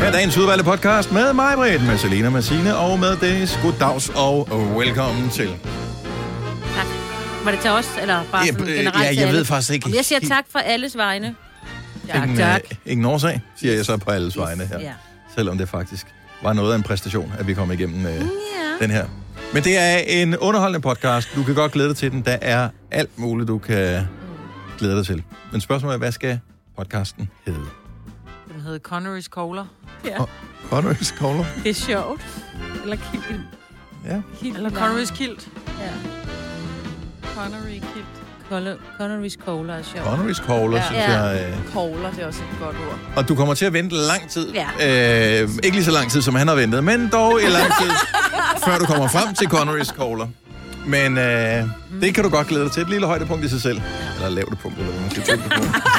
Her er dagens udvalgte podcast med mig, Britt, med Selina, med Signe og med Dennis. Goddags og velkommen til. Tak. Var det til os, eller bare sådan generelt til jeg alle? ved faktisk ikke. Jeg siger tak for alles vegne. Tak. Ingen årsag, siger jeg så på alles vegne her. Ja. Selvom det faktisk var noget af en præstation, at vi kom igennem den her. Men det er en underholdende podcast. Du kan godt glæde dig til den. Der er alt muligt, du kan glæde dig til. Men spørgsmålet er, hvad skal podcasten hedde? Den hedder Connery's Cola. Ja. Connery's Cola? Det er sjovt. Eller Kilt. Ja. Eller Connery's Kilt. Ja. Connery Kilt. Connery's Cola er sjovt. Connery's Cola, synes jeg. Cola, det er også et godt ord. Og du kommer til at vente lang tid. Ja. Ikke lige så lang tid, som han har ventet, men dog i lang tid, før du kommer frem til Connery's Cola. Men det kan du godt glæde dig til. Et lille højdepunkt i sig selv. Eller lavt punkt, eller hvad man skal tænke på.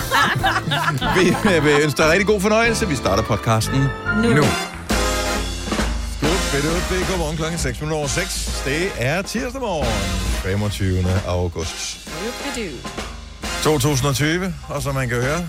Vi vil ønske dig rigtig god fornøjelse. Vi starter podcasten nu. Godmorgen klokken 6:06. Det er tirsdag morgen, 25. august 2020. Og som man kan høre,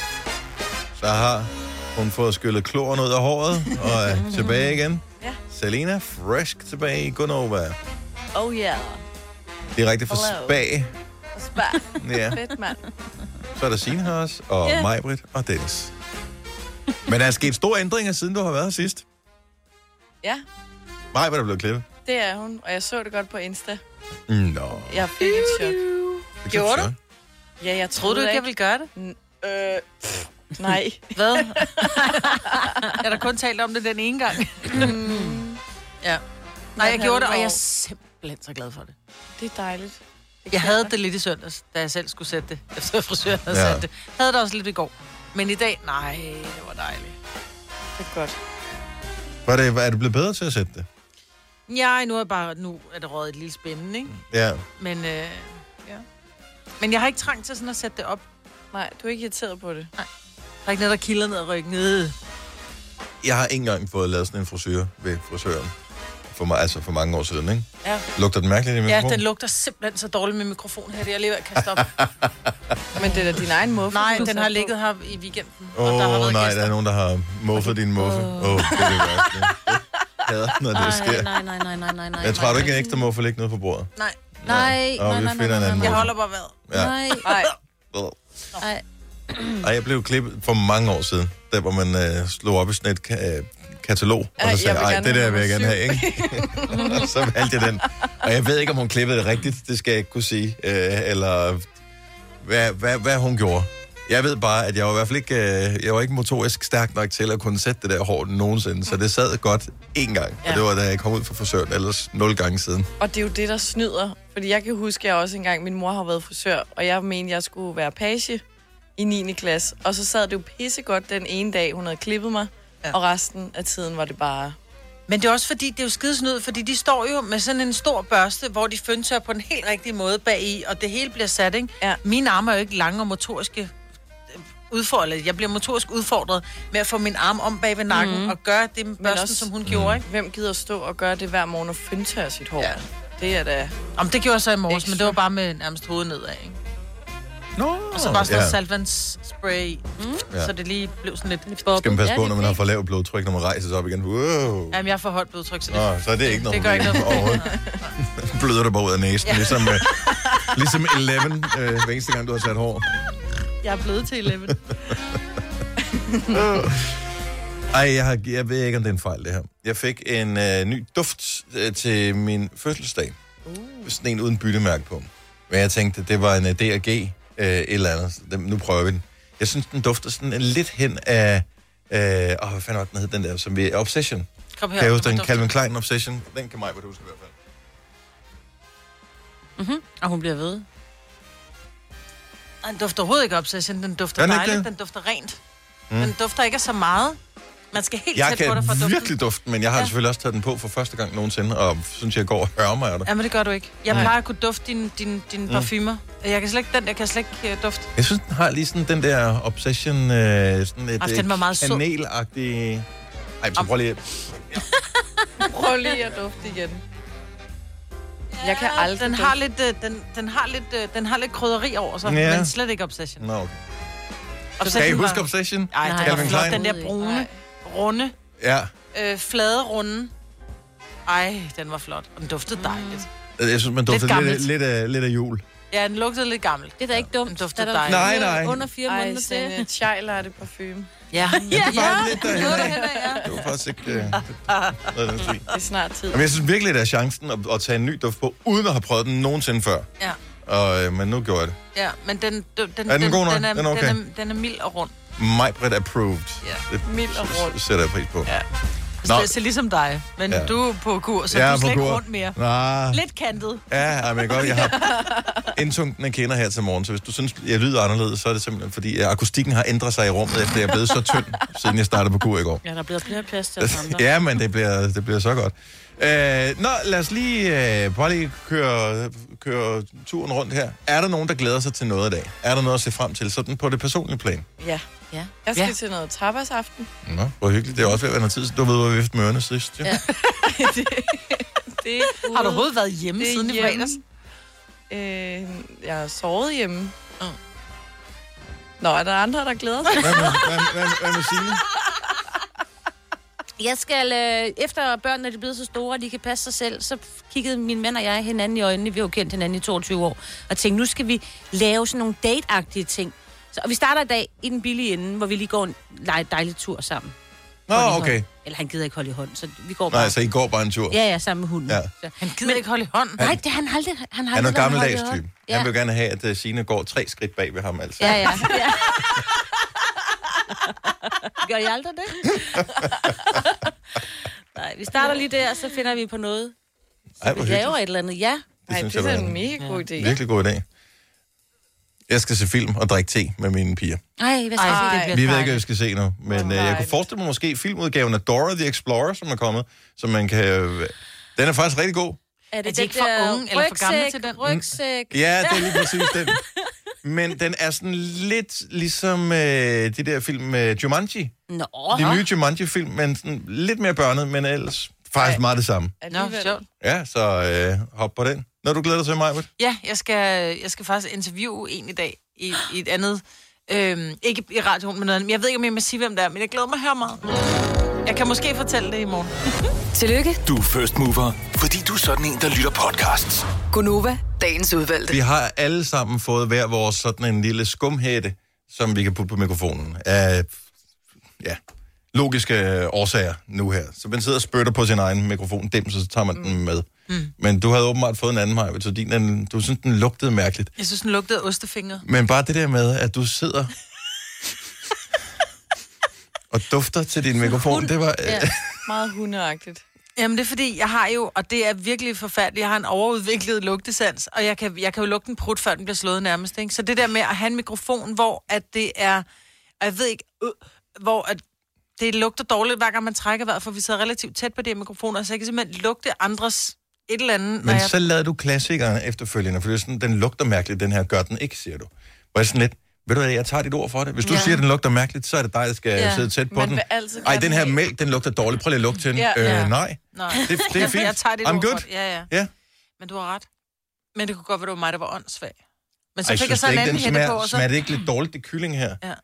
så har hun fået skyllet kloren ud af håret og er tilbage igen. Ja. Selina, frisk tilbage i Gunova. Oh yeah. Direkte fra Spa. Spa. Ja. Fedt, mand. Så er der Signe her også, og Majbrit og Dennis. Men der er sket store ændringer, siden du har været her sidst. Ja, Majbrit er blevet klippet. det er hun, og jeg så det godt på Insta. Nå. Jeg fik et chok. Gjorde du? Ja, jeg Troede du ikke, jeg ville gøre det? Nej. Hvad? Jeg har da kun talt om det den ene gang. Ja. Nej, jeg gjorde det, og jeg er simpelthen så glad for det. Det er dejligt. Jeg havde det lidt i søndags, da jeg selv skulle sætte det. Efter frisøren havde sat det. Havde det også lidt i går. Men i dag, nej, det var dejligt. Det er godt. Er du blevet bedre til at sætte det? Ja, nu er det røget et lille spændende, ikke? Ja. Men, Men jeg har ikke trang til sådan at sætte det op. Nej, du er ikke irriteret på det. Nej. Der er ikke noget, der kilder ned og ryggen ned. Jeg har ikke engang fået lavet sådan en frisyr ved frisøren. For mange år siden, ikke? Ja. Lugter den mærkeligt i mikrofonen? Ja, den lugter simpelthen så dårligt med mikrofon her. Det er jeg lige ved at kaste op. Men det er da din egen muffe. Nej, den har ligget her i weekenden. Nej, der er nogen, der har muffet din muffe. Det er det værste. Jeg hader, når det sker. Nej. Jeg tror du ikke en ekstra muffe ligger nede på bordet? Nej. Og vi finder en anden Jeg muffe. holder bare vejret. Nej. Nej. Ej, jeg blev klippet for mange år siden, der hvor man slog op i sådan et katalog, og så sagde jeg, det der vil jeg gerne have, ikke? Så valgte jeg den. Og jeg ved ikke, om hun klippede det rigtigt, det skal jeg ikke kunne sige, eller hvad hun gjorde. Jeg ved bare, at jeg var i hvert fald ikke, jeg var ikke motorisk stærk nok til at kunne sætte det der hår nogensinde, så det sad godt én gang, og det var da jeg kom ud fra frisøren, ellers 0 gange siden. Og det er jo det, der snyder. Fordi jeg kan huske, at jeg også engang, min mor har været frisør, og jeg mente, jeg skulle være page i 9. klasse. Og så sad det jo pissegodt den ene dag, hun havde klippet mig, og resten af tiden var det bare... Men det er også fordi, det er jo skidesnyd, fordi de står jo med sådan en stor børste, hvor de føntør på den helt rigtige måde bagi, og det hele bliver sat, ikke? Ja. Mine arme er jo ikke lange og motoriske udfordret. Jeg bliver motorisk udfordret med at få min arm om bag ved nakken og gøre det med børsten, som hun gjorde, ikke? Hvem gider stå og gøre det hver morgen og føntøre sit hår? Ja. Det er da... Om det gjorde jeg så i morges, men det var bare med nærmest hovedet nedad, ikke? Og så bare sådan noget saltvandsspray i, så det lige blev sådan lidt... Skal man passe på, når man har for lavt blodtryk, når man rejser sig op igen? Wow. Jamen, jeg får højt blodtryk, så det... Så er det ikke noget. Det gør ikke noget. Overhovedet. Bløder du bare ud af næsen, ligesom 11, hver eneste gang, du har sat hår. Jeg er blevet til 11. Jeg ved ikke, om det er en fejl, det her. Jeg fik en ny duft til min fødselsdag. Sådan en uden byttemærke på. Men jeg tænkte, det var en D&G et eller andet. Nu prøver vi den. Jeg synes, den dufter sådan lidt hen af... hvad fanden var den hed, den der, som vi... Obsession. Kom her. Kan jeg huske den? Calvin Klein Obsession. Den kan mig godt huske i hvert fald. Og hun bliver ved. Den dufter overhovedet ikke Obsession. Den dufter dejligt. Den dufter rent. Den dufter ikke så meget. Man skal helt tæt på dig for Jeg duften. kan virkelig duften, men jeg har selvfølgelig også taget den på for første gang nogensinde, og synes, jeg går og hører mig af det. Ja, men det gør du ikke. Jeg plejer at kunne dufte dine parfumer. Jeg kan slet ikke dufte. Jeg synes, den har lige sådan den der Obsession, sådan et den var meget sød. kanelagtig... Ej, så prøv lige... Prøv lige at dufte igen. Jeg kan aldrig... Den har lidt krydderi over sig, men slet ikke Obsession. Nå, okay. Obsession kan I huske Obsession? Nej, det var flot. Den der brune, runde. Ja. Flade runde. Ej, den var flot. Og den duftede dejligt. Jeg synes, man duftede lidt af jul. Ja, den lugtede lidt gammelt. Det er da ikke dumt. Den duftede dejligt. Nej. Under 4 måneder til. Ej, sådan chai-latte parfume. Ja. Det var lidt derhen. Det var faktisk ikke noget Det er snart tid. Men jeg synes virkelig, det er chancen at tage en ny duft på, uden at have prøvet den nogensinde før. Ja. Men nu gjorde jeg det. Ja, men den er den god nok? Den er okay. Den er mild og rund. Majbrit approved. Ja. Det mild og rund. sætter jeg pris på. Ja. Det er ligesom dig, men du er på kur, så du er slet ikke rundt mere. Nah. Lidt kantet. Ja, men jeg har indtunkende kender her til morgen, så hvis du synes, jeg lyder anderledes, så er det simpelthen, fordi akustikken har ændret sig i rummet, efter jeg er blevet så tynd, siden jeg startede på kur i går. Ja, der bliver flere plads til os andre. Ja, men det bliver så godt. Lad os lige bare lige køre turen rundt her. Er der nogen, der glæder sig til noget i dag? Er der noget at se frem til, sådan på det personlige plan? Ja. Jeg skal til noget tapasaften. Nå, hvor hyggeligt. Det er også ved at være noget tid. Du ved, hvor vi har mørene sidst, jo. Ja. det har du overhovedet været hjemme siden i fredags? Jeg har sovet hjemme. Nå, er der andre, der glæder sig? Hvad med Signe? Jeg skal, efter børnene er blevet så store, at de kan passe sig selv, så kiggede min mand og jeg hinanden i øjnene. Vi har jo kendt hinanden i 22 år. Og tænkte, nu skal vi lave sådan nogle date-agtige ting. Og vi starter i dag i den billige ende, hvor vi lige går en dejlig tur sammen. Nå, okay. Eller han gider ikke holde i hånd, så vi går bare... Nej, så I går bare en tur? Ja, sammen med hunden. Ja. Han gider ikke holde i hånd? Nej, det han aldrig. Han er gammeldags type. Ja. Han vil gerne have, at Signe går 3 skridt bag ved ham, altså. Ja. Gør I aldrig det? Nej, vi starter lige der, så finder vi på noget. Så vi laver et eller andet, ja. Det er en mega god idé. Virkelig god idé. Jeg skal se film og drikke te med mine piger. Ej, hvad skal vi? Vi ved ikke, hvad vi skal se nu. Men jeg kunne forestille mig måske filmudgaven af Dora the Explorer, som er kommet. Som man kan... Den er faktisk rigtig god. Er det ikke for unge eller for gamle til den? Rygsæk. Ja, det er lige præcis den. Men den er sådan lidt ligesom de der film med Jumanji. Nå. De nye Jumanji-film, men sådan lidt mere børnet, men ellers faktisk meget det samme. Nå, sjovt. Ja, så hop på den. Når du glæder dig til, Majbert? Ja, jeg skal faktisk interviewe en i dag i et andet... ikke i radioen, men noget andet. Jeg ved ikke, om jeg må sige, hvem det er, men jeg glæder mig her meget. Jeg kan måske fortælle det i morgen. Tillykke. Du er first mover, fordi du er sådan en, der lytter podcasts. Gunova, dagens udvalgte. Vi har alle sammen fået hver vores sådan en lille skumhætte, som vi kan putte på mikrofonen. Af logiske årsager nu her. Så man sidder og spytter på sin egen mikrofon, så tager man den med. Men du havde åbenbart fået en anden, Maja, så du synes, den lugtede mærkeligt. Jeg synes, den lugtede ostefingre. Men bare det der med, at du sidder og dufter til din mikrofon, det var... Meget hundeagtigt. Jamen, det er fordi, jeg har jo, og det er virkelig forfærdeligt, jeg har en overudviklet lugtesans, og jeg kan jo lugte en prut, før den bliver slået nærmest, ikke? Så det der med at have en mikrofon, hvor at det er, og jeg ved ikke, hvor at det lugter dårligt, hver gang man trækker vejret, for vi sidder relativt tæt på det mikrofoner, så jeg kan simpelthen lugte andres et eller andet. Men så lavede du klassikeren efterfølgende, for det er sådan, den lugter mærkeligt, den her gør den ikke, siger du. Hvor jeg sådan lidt, ved du hvad, jeg tager dit ord for det. Hvis du siger, at den lugter mærkeligt, så er det dig, der skal sidde tæt på den. Ej, den her mælk, den lugter dårligt. Prøv lige at lugte til den. Nej. Det er fint. Jeg tager dit I'm ord good. for det. Ja. Men du har ret. Men det kunne godt være, det var mig, der var åndssvag. Men så fik jeg så en anden hætte på. Og så... Smager det ikke lidt dårligt, det kylling her? Ja.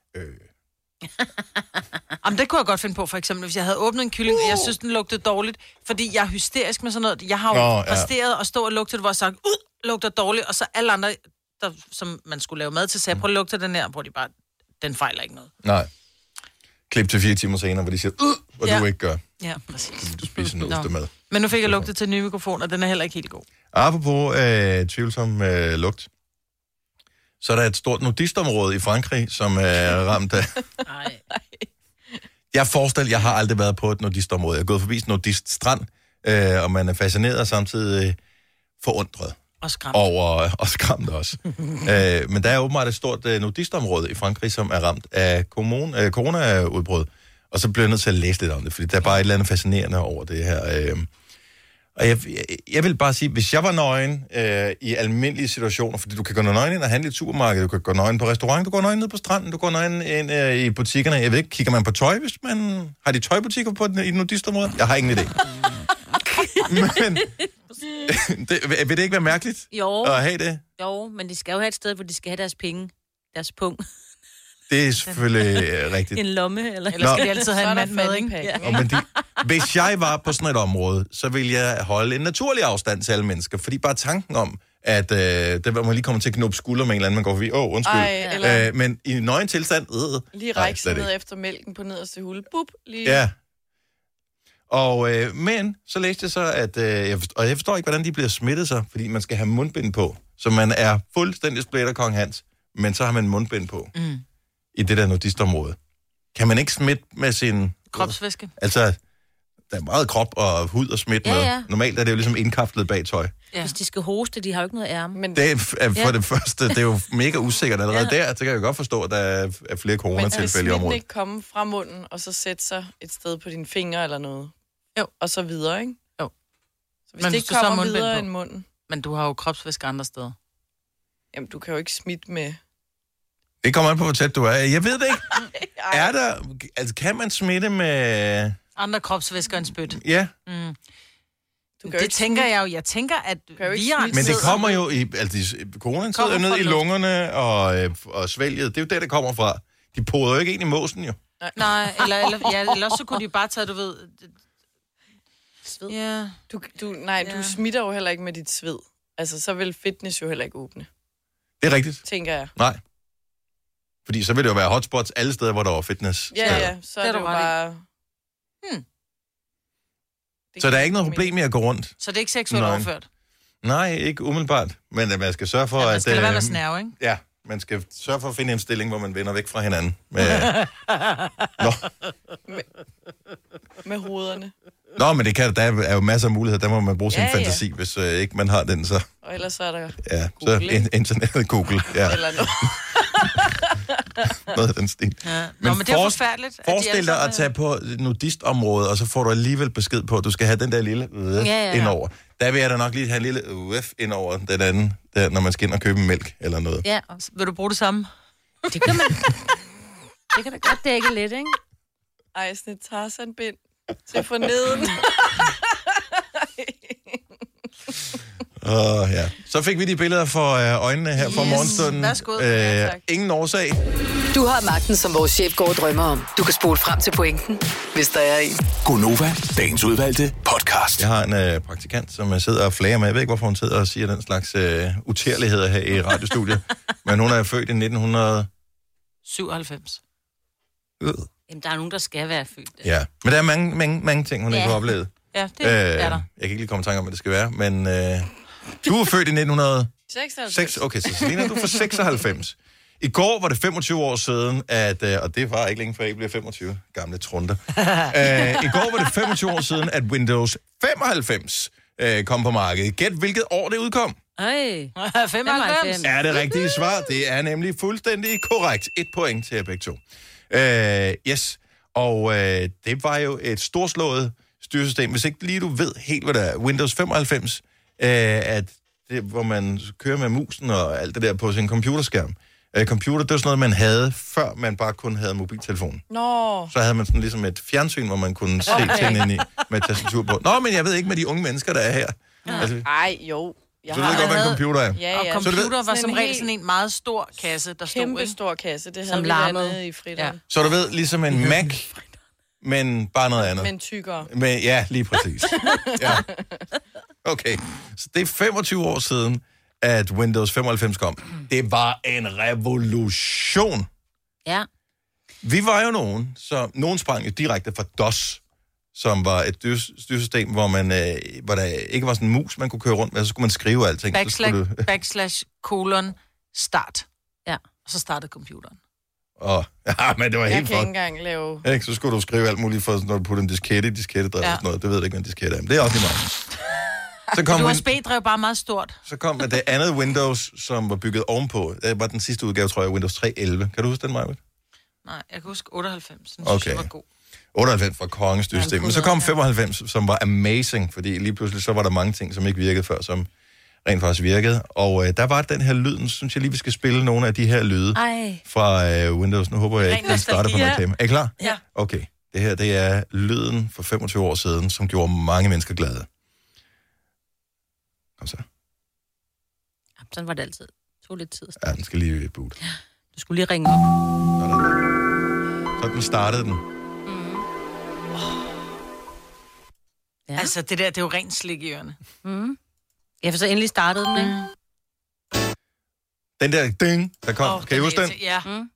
Jamen, det kunne jeg godt finde på, for eksempel, hvis jeg havde åbnet en kylling, og jeg synes, den lugtede dårligt, fordi jeg er hysterisk med sådan noget. Jeg har jo præsteret at stå og lugte det, hvor jeg sagt, lugter dårligt, og så alle andre, som man skulle lave mad til, sagde, prøv at lugte den her, hvor de bare, den fejler ikke noget. Nej. Klip til 4 timer senere, hvor de siger, og du ikke gør. Ja, præcis. Du spiser en ostemad. Men nu fik jeg lugtet til en ny mikrofon, og den er heller ikke helt god. Apropos tvivlsom lugt, så er der et stort nudistområde i Frankrig, som er ramt af... Nej. Jeg har aldrig været på et nudistområde. Jeg er gået forbi et nudiststrand, og man er fascineret og samtidig forundret. Og skræmt. Og skræmt også. Men der er åbenbart et stort nudistområde i Frankrig, som er ramt af corona-udbrud. Og så bliver jeg nødt til at læse lidt om det, fordi der er bare et eller andet fascinerende over det her. Og jeg vil bare sige, hvis jeg var nøgen i almindelige situationer, fordi du kan gå nøgen ind og handle i et supermarked, du kan gå nøgen på restaurant, du går nøgen ned på stranden, du går nøgen ind i butikkerne. Jeg ved ikke, kigger man på tøj, hvis man har de tøjbutikker på i nudistområdet? Jeg har ingen idé. Men vil det ikke være mærkeligt at have det? Jo, men de skal jo have et sted, hvor de skal have deres penge, deres pung. Det er selvfølgelig rigtigt. En lomme, eller... Eller skal de altid have en mand med, ikke? Ja. Men hvis jeg var på sådan et område, så ville jeg holde en naturlig afstand til alle mennesker, fordi bare tanken om, at det var man lige kommer til at knuppe skulder med en eller anden, man går forbi, undskyld. Men i nøgen tilstand, lige række sig ned efter mælken på nederste hule. Bup, lige. Ja. Og, men så læste jeg så, at jeg forstår ikke, hvordan de bliver smittet så, fordi man skal have mundbind på. Så man er fuldstændig splitter Kong Hans, men så har man mundbind på i det der nudistområde. Kan man ikke smitte med sin... Kropsvæske? Altså, der er meget krop og hud og smitte med. Normalt er det jo ligesom indkapslet bag tøj. Ja. Hvis de skal hoste, de har jo ikke noget ærme. Men... Det er for det første, det er jo mega usikkert allerede der. Så kan jeg jo godt forstå, at der er flere coronatilfælde i området. Men ikke komme fra munden, og så sætte sig et sted på dine fingre eller noget? Jo. Og så videre, ikke? Jo. Så hvis det ikke kommer videre end munden... Men du har jo kropsvæske andre steder. Jamen, du kan jo ikke smitte med... Det kommer an på, hvor tæt du er. Jeg ved det ikke. Er der... Altså, kan man smitte med... Andre kropsvæsker end spyt? Ja. Det tænker jeg jo. Jeg tænker, at men det kommer jo i... Altså, coronaen sidder ned i lungerne og svælget. Det er jo det kommer fra. De poder jo ikke ind i måsen, jo. Nej, eller så kunne de bare tage, du ved... Sved. Ja. Du smitter jo heller ikke med dit sved. Altså, så vil fitness jo heller ikke åbne. Det er rigtigt. Tænker jeg. Nej. Fordi så vil det jo være hotspots alle steder, hvor der var fitness. Ja, så er det jo bare... Så der er ikke noget problem med at gå rundt? Så det er ikke seksuelt overført? Nej, ikke umiddelbart. Men man skal sørge for, at... man skal lade være med snærve, ikke? Ja, man skal sørge for at finde en stilling, hvor man vender væk fra hinanden. Med hovederne. Nå, men der er jo masser af muligheder. Der må man bruge sin fantasi, hvis ikke man har den, så... Og ellers så er der Google, så internettet Google, ja. Eller noget. Noget af den stil. Ja. Men det er forfærdeligt. Forestil dig at tage på nudistområdet, og så får du alligevel besked på, at du skal have den der lille indover. Der vil jeg da nok lige have en lille indover den anden, der, når man skal ind og købe mælk eller noget. Ja, vil du bruge det samme? Det kan man... Det kan da godt dække lidt, ikke? Ej, sådan et Tarzan-bind til forneden. Ja. Så fik vi de billeder for øjnene her for morgenstunden. Værsgo. Ingen årsag. Du har magten, som vores chef går og drømmer om. Du kan spole frem til pointen, hvis der er en. Gonova, dagens udvalgte podcast. Jeg har en praktikant, som sidder og flager med. Jeg ved ikke, hvorfor hun sidder og siger den slags utærligheder her i radiostudiet. Men hun er født i 1997. Jamen, der er nogen, der skal være født. Ja, men der er mange ting, hun ikke har oplevet. Ja, det er der. Jeg kan ikke lige komme i tanke om, hvad det skal være, men du er født i 1996. Okay, så Selina, du er fra 96. I går var det 25 år siden, og det var ikke længe før I blev 25, gamle trunter. I går var det 25 år siden, at Windows 95 kom på markedet. Gæt, hvilket år det udkom? 95. Er det rigtige svar? Det er nemlig fuldstændig korrekt. 1 point til jer begge to. Yes, og det var jo et storslået styresystem. Hvis ikke lige du ved helt, hvad det er. Windows 95, at det, hvor man kører med musen og alt det der på sin computerskærm. Computer, det var sådan noget, man havde, før man bare kun havde mobiltelefon. Nå. Så havde man sådan ligesom et fjernsyn, hvor man kunne se ting ind i med tastatur på. Nå, men jeg ved ikke med de unge mennesker, der er her. Altså, ej, jo. Så du ved godt, hvad en computer er? Ja. Og computer var som regel sådan en meget stor kasse, der stod, kæmpe stor kasse. Det havde som vi larmede i fritteren. Ja. Så du ved, ligesom en Mac, men bare noget andet. Men tykkere. Ja, lige præcis. Ja. Okay, så det er 25 år siden, at Windows 95 kom. Det var en revolution. Ja. Vi var jo nogen sprang jo direkte fra DOS, som var et styresystem, hvor der ikke var sådan en mus, man kunne køre rundt med, så skulle man skrive alting. Backslash colon start. Ja. Og så startede computeren. Men det var helt Jeg kan ikke fuck. engang lave... Ikke? Så skulle du skrive alt muligt, for, når du putter en diskettedrev og sådan noget. Det ved jeg ikke, hvad en diskette er, men det er også lige meget. USB drev bare meget stort. Så kom der det andet Windows, som var bygget ovenpå. Det var den sidste udgave, tror jeg, Windows 3.11. Kan du huske den, Maja? Nej, jeg kan huske 98. Den Okay. synes jeg var god. 98 var kongens styresystem. Men så kom 95, som var amazing, fordi lige pludselig så var der mange ting, som ikke virkede før, som rent faktisk virkede. Og der var den her lyd, synes jeg lige, vi skal spille nogle af de her lyde fra Windows. Nu håber jeg ikke, den starter på noget reklame. Er I klar? Ja. Okay. Det her, det er lyden for 25 år siden, som gjorde mange mennesker glade. Kom så. Sådan var det altid. Det tog lidt tid. Ja, den skal lige boot. Du skulle lige ringe op. Sådan startede den. Ja. Altså, det er jo rent slik i ørerne. Ja, for så endelig startede den, ikke? Den der ding, der kom. Kan I huske den? Ja.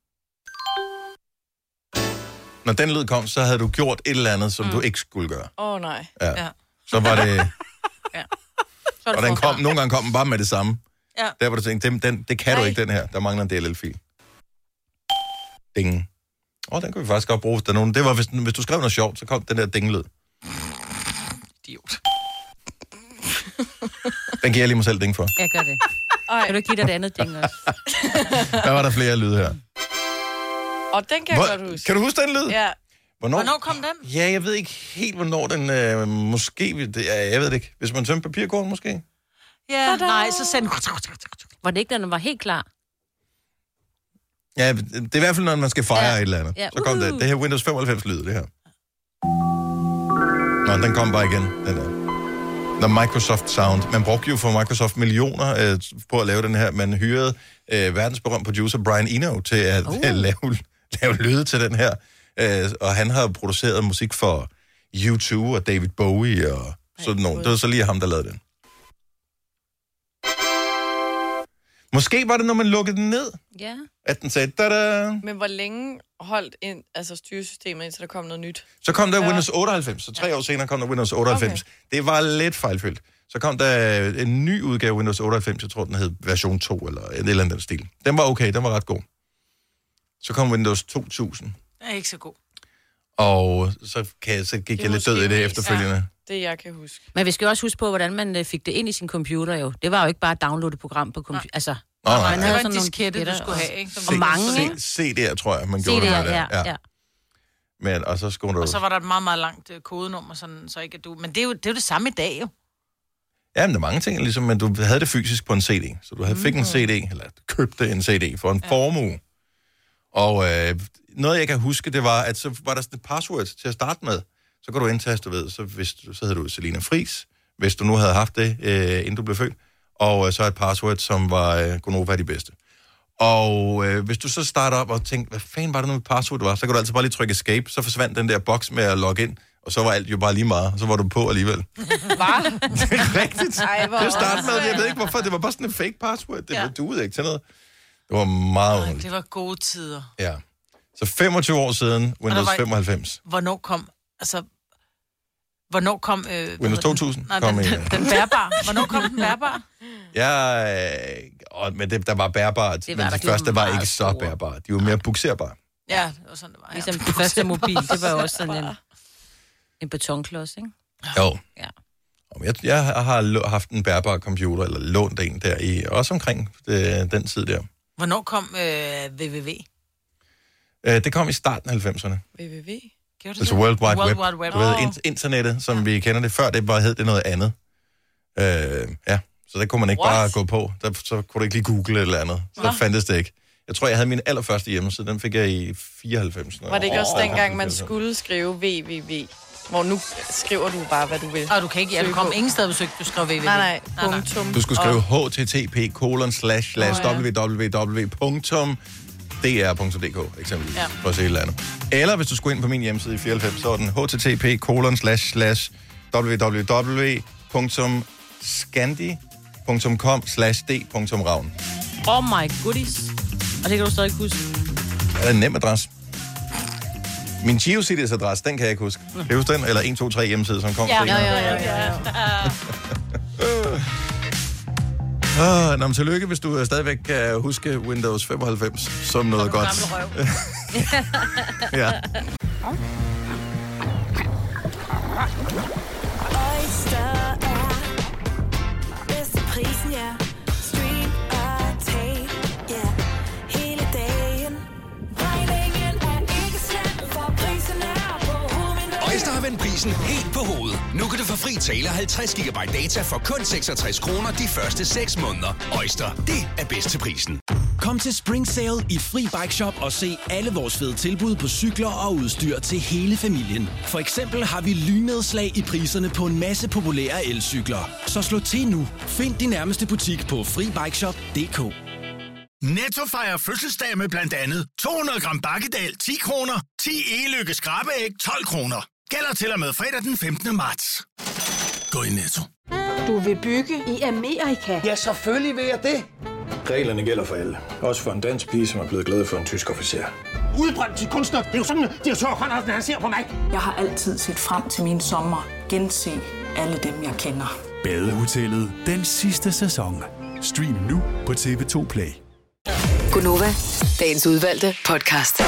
Når den lyd kom, så havde du gjort et eller andet, som du ikke skulle gøre. Nej. Ja. Så var det... Så og den kom, nogle gange kom den bare med det samme. Ja. Der var du tænkte, det kan du ikke, den her. Der mangler en DLL-fil. Ding. Den kan vi faktisk godt bruge, hvis der er nogen. Det var, hvis du skrev noget sjovt, så kom den der ding-lyd. Idiot. Den giver jeg lige mig selv ding for. Jeg gør det. Kan du ikke give dig det andet ding også? Der var der flere lyde her. Og den kan jeg godt huske. Kan du huske den lyd? Ja. Hvornår kom den? Ja, jeg ved ikke helt, hvornår den... måske... jeg ved det ikke. Hvis man tømte papirkorn, måske? Ja, nej, så send... Var det ikke, da den var helt klar? Ja, det er i hvert fald, når man skal fejre et eller andet. Ja. Så kom det her Windows 95-lyd, det her. Nå, den kom bare igen, den der. The Microsoft Sound. Man brugte jo for Microsoft millioner på at lave den her. Man hyrede verdensberømt producer Brian Eno til at lave lyde til den her. Og han har produceret musik for U2 og David Bowie og sådan nogen. Det var så lige ham, der lavede den. Måske var det, når man lukkede den ned, at den sagde, da-da. Men hvor længe holdt styresystemet, indtil der kom noget nyt? Så kom der Windows 98, så 3 år senere kom der Windows 98. Okay. Det var lidt fejlfyldt. Så kom der en ny udgave af Windows 98, jeg tror, den hed version 2, eller en eller anden stil. Den var okay, den var ret god. Så kom Windows 2000. Det er ikke så god. Og så gik jeg lidt død i det efterfølgende. Ja, det jeg kan huske. Men vi skal også huske på, hvordan man fik det ind i sin computer jo. Det var jo ikke bare at downloade et program på computer. Altså, nej. Man havde sådan en diskette, du skulle have, ikke? Og mange, ikke? CD'er, tror jeg, man gjorde det der. Ja. Men, og så skulle du... Og så var der et meget, meget langt kodenummer, sådan, så ikke at du... Men det er jo det samme i dag, jo. Ja, men der er mange ting, ligesom, men du havde det fysisk på en CD. Så du fik en CD, eller købte en CD for en formue. Og noget, jeg kan huske, det var, at så var der sådan et password til at starte med. Så kan du indtaste, du ved, så hedder du Selina Friis, hvis du nu havde haft det, inden du blev født. Og så et password, som var kunne nok være de bedste. Og hvis du så starter op og tænkte, hvad fanden var det nu et password, det var, så kan du altid bare lige trykke escape, så forsvandt den der boks med at logge ind, og så var alt jo bare lige meget, og så var du på alligevel. Hvad? Det er rigtigt. Det startede med, jeg ved ikke hvorfor, det var bare sådan en fake password. Det duede ikke til noget. Det var meget underligt. Det var gode tider. Ja. Så 25 år siden, Windows 95. Hvornår kom... Windows 2000 Nej, kom den bærbare. Hvornår kom den bærbare? Ja, men der var bærbart, men de første var ikke så bærbare. De var mere bukserbare. Ja, det var sådan, det var. Ja. Ligesom den første mobil, det var jo også sådan en betonklods, ikke? Jo. Ja. Jeg har haft en bærbar computer, eller lånt en der i, også omkring den tid der. Hvornår kom www? Det kom i starten af 90'erne. www? Altså World Wide Web. Du ved, internettet, som vi kender det. Før det bare hed det noget andet. Så der kunne man ikke bare gå på. Så kunne du ikke lige google eller andet. Så fandtes det ikke. Jeg tror, jeg havde min allerførste hjemmeside. Den fik jeg i 94. Var det ikke også dengang, man skulle skrive www? Hvor nu skriver du bare, hvad du vil. Og du kan ikke, du kom ingen sted besøg, du skrev www. Nej, punktum. Du skulle skrive http://www.dr.dk eksempelvis, for at se et eller andet. Eller hvis du skulle ind på min hjemmeside i 94, så var den http://www.scandi.com/d.ravn. Oh my goodies. Og det kan du stadig huske. Det er en nem adresse. Min GeoCities-adresse, den kan jeg ikke huske. Kan du huske den? Eller 123 hjemmeside, som kom senere. Ja. Nå, men tillykke, hvis du stadigvæk kan huske Windows 95 som noget godt. Ja. Øjster har vendt prisen helt på hovedet. Nu kan du få fri tale 50 GB data for kun 66 kroner de første 6 måneder. Øjster, det er bedst til prisen. Kom til Spring Sale i Fri Bike Shop og se alle vores fede tilbud på cykler og udstyr til hele familien. For eksempel har vi lynedslag i priserne på en masse populære elcykler. Så slå til nu. Find din nærmeste butik på FriBikeShop.dk. Netto fejrer fødselsdag med blandt andet 200 gram bakkedal 10 kroner, 10 e-lykke skrabeæg 12 kroner. Gælder til og med fredag den 15. marts. Gå i Netto. Du vil bygge i Amerika? Ja, selvfølgelig vil jeg det. Reglerne gælder for alle. Også for en dansk pige, som er blevet glad for en tysk officer. Udbrændt til kunstner. Det er jo sådan, at direktør Conradsen, han ser på mig. Jeg har altid set frem til min sommer. Gense alle dem, jeg kender. Badehotellet den sidste sæson. Stream nu på TV2 Play. Gunova, dagens udvalgte podcast.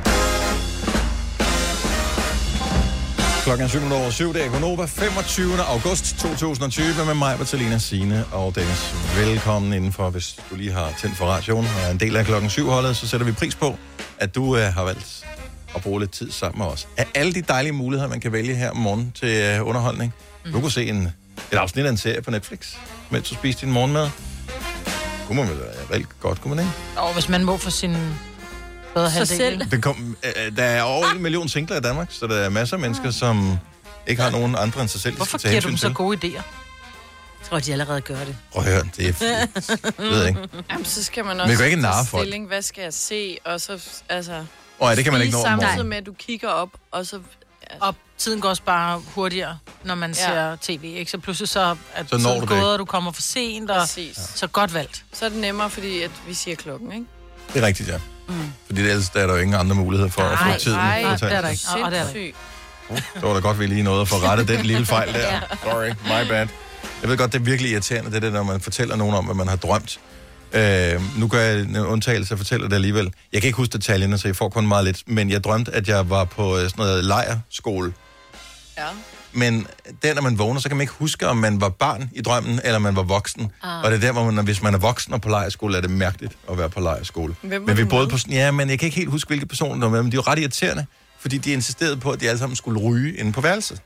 Klokken 7:07, det er Gunova, 25. august 2020, med mig, Bertalina, Signe og Dennis. Velkommen indenfor, hvis du lige har tændt for radioen og er en del af klokken 7-holdet, så sætter vi pris på, at du har valgt at bruge lidt tid sammen med os. Af alle de dejlige muligheder, man kan vælge her om morgenen til underholdning. Du kunne se et afsnit af en serie på Netflix, mens du spiste din morgenmad. Kunne man vel valgt godt, kunne man ikke? Og hvis man må for sin bedre halvdel. Der er over 1 million singler i Danmark, så der er masser af mennesker, som ikke har nogen andre end sig selv. Hvorfor giver du dem så gode idéer? Jeg tror, de allerede gør det. Prøv at høre, det er fint. Jeg ved ikke. Jamen, så skal man også ikke tage stilling. Hvad skal jeg se? Og så, altså... det kan man ikke nå om morgenen. Samtidig med, at du kigger op, og så... Og tiden går også bare hurtigere, når man ser tv, ikke? Så pludselig så er tiden gået, og du kommer for sent, og så godt valgt. Så er det nemmere, fordi at vi siger klokken, ikke? Det er rigtigt, ja. Fordi ellers der er der jo ingen andre muligheder for at få tiden. Nej, det er der ikke. Og det er der ikke. Så var der godt, vi lige nåede at få rettet den lille fejl der. Sorry, my bad. Jeg ved godt, det er virkelig irriterende, det når man fortæller nogen om, hvad man har drømt. Nu gør jeg en undtagelse og fortæller det alligevel. Jeg kan ikke huske detaljerne, så jeg får kun meget lidt. Men jeg drømte, at jeg var på sådan noget lejrskole. Ja. Men når man vågner, så kan man ikke huske, om man var barn i drømmen, eller man var voksen. Og det er der, hvor man, hvis man er voksen og på lejrskole, er det mærkeligt at være på lejrskole. Men vi boede på sådan, men jeg kan ikke helt huske, hvilke personer der var med, men de er jo ret irriterende, fordi de insisterede på, at de alle sammen skulle ryge inde på værelset.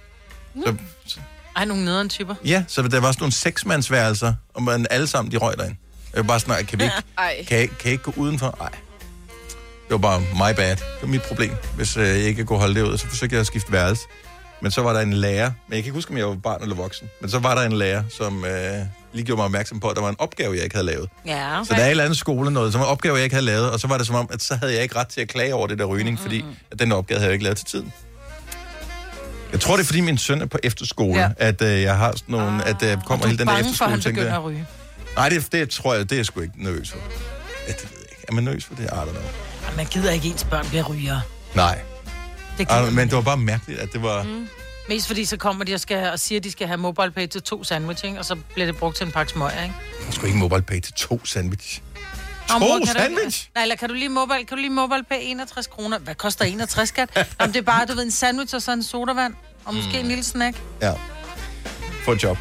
Nogle nederen typer. Ja, så der var sådan nogle 6-mandsværelser, og man alle sammen, de røg derind. Jeg var bare sådan, kan I ikke gå udenfor? Nej. Det var bare my bad. Det var mit problem. Hvis jeg ikke kunne holde det ud, så forsøgte jeg at skifte værelse. Men så var der en lærer, men jeg kan ikke huske, om jeg var barn eller voksen, men så var der en lærer, som lige gjorde mig opmærksom på, at der var en opgave, jeg ikke havde lavet. Ja, okay. Så der er en eller anden skole noget, som var en opgave, jeg ikke havde lavet, og så var det som om, at så havde jeg ikke ret til at klage over det der rygning, fordi at den opgave havde jeg ikke lavet til tiden. Jeg tror, det er, fordi min søn er på efterskole, at jeg har sådan nogle, at der kommer hele den der efterskole ting der. At ryge. Nej, det tror jeg, det er jeg sgu ikke nervøs for. Ja, det ved jeg ikke. Er man nervøs for det? I don't know. Man gider ikke ens børn bliver ryger. Nej. Men det var bare mærkeligt, at det var... Mest fordi så kommer de og siger, at de skal have MobilePay til 2 sandwich, ikke? Og så bliver det brugt til en pakke smøger, ikke? Jeg skulle ikke MobilePay til 2 sandwich. 2 sandwich? Nej, eller kan du lige MobilePay 61 kroner? Hvad koster 61, skat? Jamen, det er bare, du ved, en sandwich og så en sodavand. Og måske en lille snack. Ja. Få et job.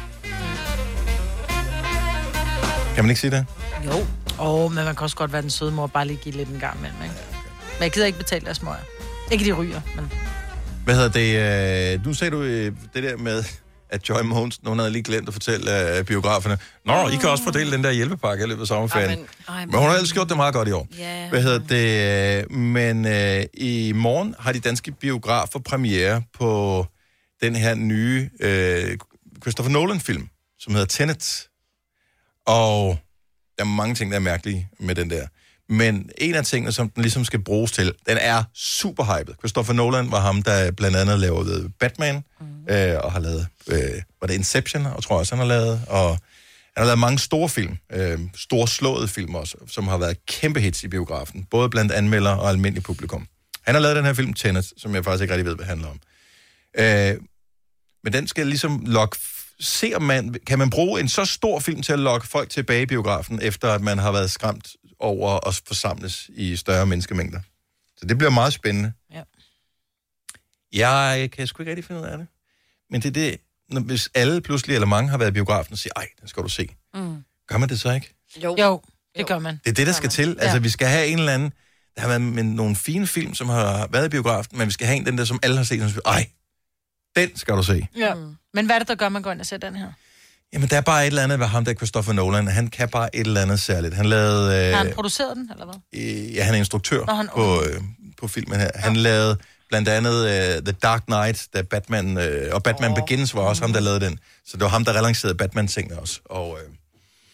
Kan man ikke sige det? Jo. Men man kan også godt være den søde mor bare lige give lidt en gang imellem, ikke? Men jeg gider ikke betale deres smøger. Ikke de ryger, men... Hvad hedder det? Nu sagde du det der med, at Joy Mogensen, hun havde lige glemt at fortælle biograferne. I kan også fordele den der hjælpepakke i løbet af sommerferien. Men hun har ellers gjort det meget godt i år. Yeah. Hvad hedder det? Men i morgen har de danske biografer premiere på den her nye Christopher Nolan-film, som hedder Tenet. Og der er mange ting, der er mærkelige med den der. Men en af tingene, som den ligesom skal bruges til, den er super hyped. Christopher Nolan var ham, der blandt andet lavede Batman, og har lavet, var det Inception, og tror jeg også, han har lavet. Og han har lavet mange store film, storslåede film også, som har været kæmpe hits i biografen, både blandt anmeldere og almindelig publikum. Han har lavet den her film, Tenet, som jeg faktisk ikke rigtig ved, hvad handler om. Men den skal ligesom lokke... Se om kan man bruge en så stor film til at lokke folk tilbage i biografen, efter at man har været skræmt over at forsamles i større menneskemængder. Så det bliver meget spændende. Ja. Jeg kan sgu ikke rigtig finde ud af det. Men det er det, hvis alle pludselig, eller mange har været i biografen og siger, den skal du se. Gør man det så ikke? Jo, det gør man. Det er det, der skal til. Altså, vi skal have en eller anden... Der har været med nogle fine film, som har været i biografen, men vi skal have en, den der, som alle har set, og siger, den skal du se. Ja. Men hvad er det, der gør, man går ind og ser den her? Jamen, der er bare et eller andet ved ham, der Christopher Nolan. Han kan bare et eller andet særligt. Han lavede... Har han produceret den, eller hvad? Ja, han er instruktør på filmen her. Han lavede blandt andet The Dark Knight, da Batman... og Batman Begins var også ham, der lavede den. Så det var ham, der relancerede Batman-tingene også.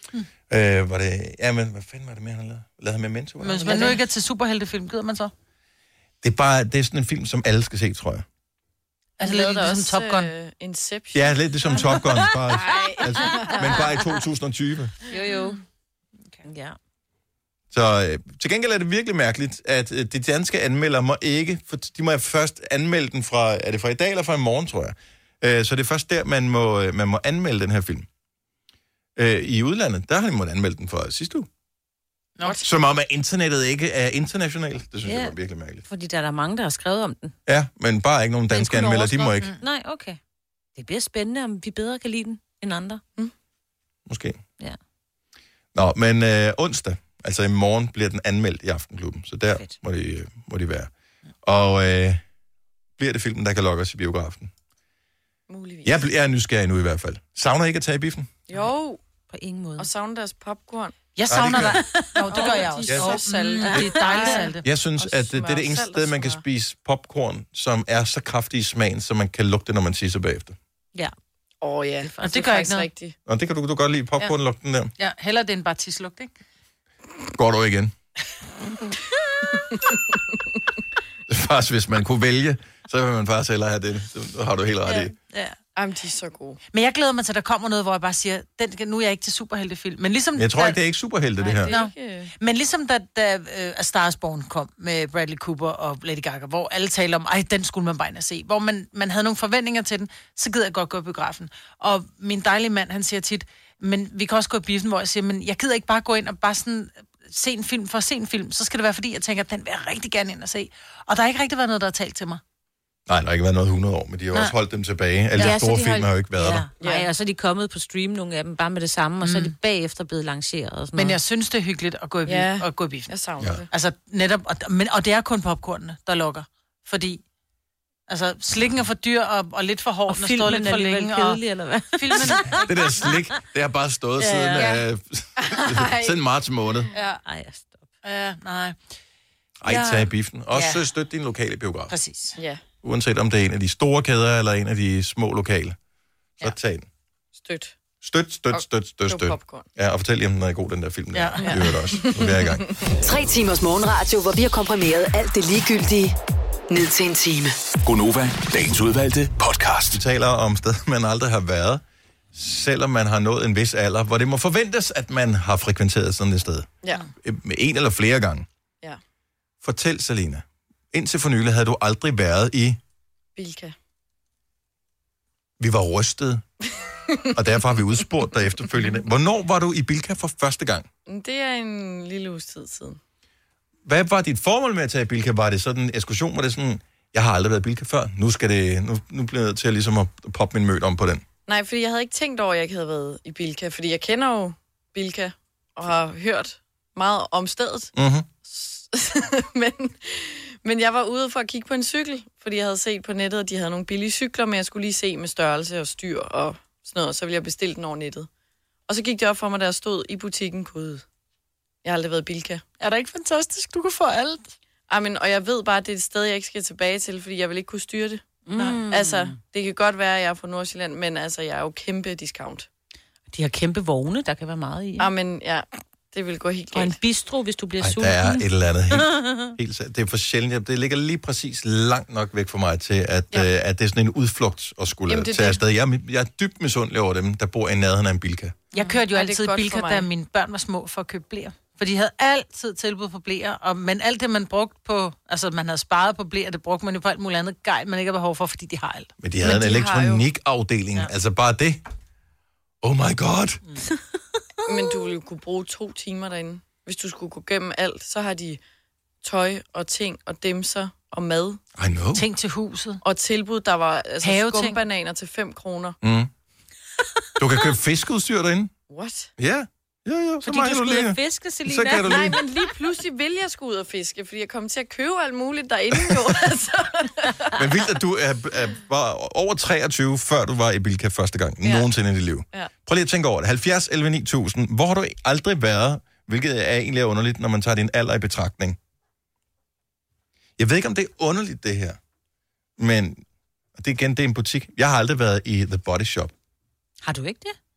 Var det... Ja, men hvad fanden var det mere, han lavede han med Memento? Men hvis man nu ikke er til superheltefilm, gider man så? Det er sådan en film, som alle skal se, tror jeg. Altså lidt ligesom Top Gun. Inception. Ja, lidt ligesom Top Gun, bare, altså, men bare i 2020. Jo. Okay. Ja. Så til gengæld er det virkelig mærkeligt, at de danske anmeldere må ikke, for de må først anmelde den fra, er det fra i dag eller fra i morgen, tror jeg. Så det er først der, man må anmelde den her film. I udlandet, der har de måttet anmelde den for sidste uge. Som om, at internettet ikke er internationalt. Det synes jeg var virkelig mærkeligt. Fordi der er mange, der har skrevet om den. Ja, men bare ikke nogen danske anmeldere, de må ikke. Nej, okay. Det bliver spændende, om vi bedre kan lide den end andre. Måske. Ja. Nå, men onsdag, altså i morgen, bliver den anmeldt i Aftenklubben. Så der må de være. Og bliver det filmen, der kan lokke os i biografen? Muligvis. Jeg er nysgerrig nu i hvert fald. Savner ikke at tage i biffen? Jo. På ingen måde. Og savner deres popcorn. Jeg savner dig. Jo, det gør jeg også. De er så salte. Det er dejligt salte. Jeg synes, at det er det eneste sted, man kan spise popcorn, som er så kraftig i smagen, så man kan lugte det, når man tisser bagefter. Ja. Ja. Og det gør ikke noget. Rigtigt. Og det kan du godt lide, popcorn-lugten der. Ja, heller det end bare tislugt, ikke? Går du igen? Det er faktisk, hvis man kunne vælge, så vil man faktisk hellere have det. Så har du helt ret i. Ja. Jamen, de er så gode. Men jeg glæder mig til, at der kommer noget, hvor jeg bare siger, nu er jeg ikke til superheltefilm. Men ligesom jeg tror ikke, det er ikke superhelte, det her. Det ikke... Men ligesom da A Star is Born kom med Bradley Cooper og Lady Gaga, hvor alle taler om, den skulle man bare ind og se. Hvor man havde nogle forventninger til den, så gider jeg godt gå i biografen. Og min dejlige mand, han siger tit, men vi kan også gå i biffen, hvor jeg siger, men jeg gider ikke bare gå ind og bare sådan se en film for at se en film. Så skal det være, fordi jeg tænker, at den vil jeg rigtig gerne ind og se. Og der har ikke rigtig været noget, der har talt til mig. Nej, der har ikke været noget 100 år, men de har også holdt dem tilbage. Alle de store film har jo ikke været der. Nej, og så er de kommet på stream, nogle af dem, bare med det samme, og så er de bagefter blevet lanceret og sådan noget. Men jeg synes, det er hyggeligt at gå i biffen. Jeg savner det. Altså netop, og det er kun popcornene, der lokker. Fordi altså, slikken er for dyr og lidt for hårdt, og stået lidt for længe. Kedelig, eller hvad? Filmen... Det der slik, det har bare stået siden marts måned. Ja. Ej, stop. Ja, nej. Tag i biffen. Også støt din lokale biograf. Præcis. Ja. Uanset om det er en af de store kæder, eller en af de små lokale. Så tag den. Støt. Ja, og fortæl lige, om den er god, den der film. Der. Ja. Det også. Nu er jeg i gang. 3 timers morgenradio, hvor vi har komprimeret alt det ligegyldige ned til en time. Gonova, dagens udvalgte podcast. Vi taler om steder, man aldrig har været, selvom man har nået en vis alder, hvor det må forventes, at man har frekventeret sådan et sted. Ja. En eller flere gange. Ja. Fortæl, Selina. Indtil for nylig havde du aldrig været i... Bilka. Vi var rystet, og derfor har vi udspurgt dig efterfølgende. Hvornår var du i Bilka for første gang? Det er en lille uges tid siden. Hvad var dit formål med at tage i Bilka? Var det sådan en ekskursion? Var det sådan, jeg har aldrig været i Bilka før, nu bliver jeg nødt til ligesom at poppe min mød om på den? Nej, fordi jeg havde ikke tænkt over, at jeg ikke havde været i Bilka, fordi jeg kender jo Bilka og har hørt meget om stedet. Men jeg var ude for at kigge på en cykel, fordi jeg havde set på nettet, at de havde nogle billige cykler, men jeg skulle lige se med størrelse og styr og sådan noget, så ville jeg bestille den over nettet. Og så gik det op for mig, da jeg stod i butikken, gud, jeg har aldrig været i Bilka. Er det ikke fantastisk? Du kan få alt. Og jeg ved bare, at det er et sted, jeg ikke skal tilbage til, fordi jeg vil ikke kunne styre det. Altså, det kan godt være, at jeg er fra Nordsjælland, men altså, jeg er jo kæmpe discount. De har kæmpe vogne, der kan være meget i. Ja, det vil gå helt galt. Og en bistro, hvis du bliver sulten. Der er et eller andet helt det er for sjældent. Det ligger lige præcis langt nok væk for mig til, at det er sådan en udflugt at skulle tage afsted. Jeg er dybt misundelig over dem, der bor i nærheden af en Bilka. Jeg kørte jo altid i Bilka, da mine børn var små, for at købe bleer. For de havde altid tilbud på bleer, men alt det, man brugte på... Altså, man havde sparet på bleer, det brugte man jo på alt muligt andet gejl, man ikke har behov for, fordi de har alt. Men de havde en elektronikafdeling. Altså bare det. Oh my god! Men du ville jo kunne bruge 2 timer derinde. Hvis du skulle gå gennem alt, så har de tøj og ting og dimser og mad. I know. Ting til huset. Og tilbud, der var skumbananer til 5 kroner. Du kan købe fiskeudstyr derinde. What? Ja. Så fordi du skulle ud og fiske, Selina? Nej, men lige pludselig vil jeg skulle ud og fiske, fordi jeg kom til at købe alt muligt derinde jo. Altså. Men vildt, at du var over 23, før du var i Bilka første gang. Nogensinde i dit liv. Ja. Prøv lige at tænke over det. 70, 11, 9000. Hvor har du aldrig været, hvilket er egentlig underligt, når man tager din alder i betragtning? Jeg ved ikke, om det er underligt, det her. Men det er en butik. Jeg har aldrig været i The Body Shop. Har du ikke det?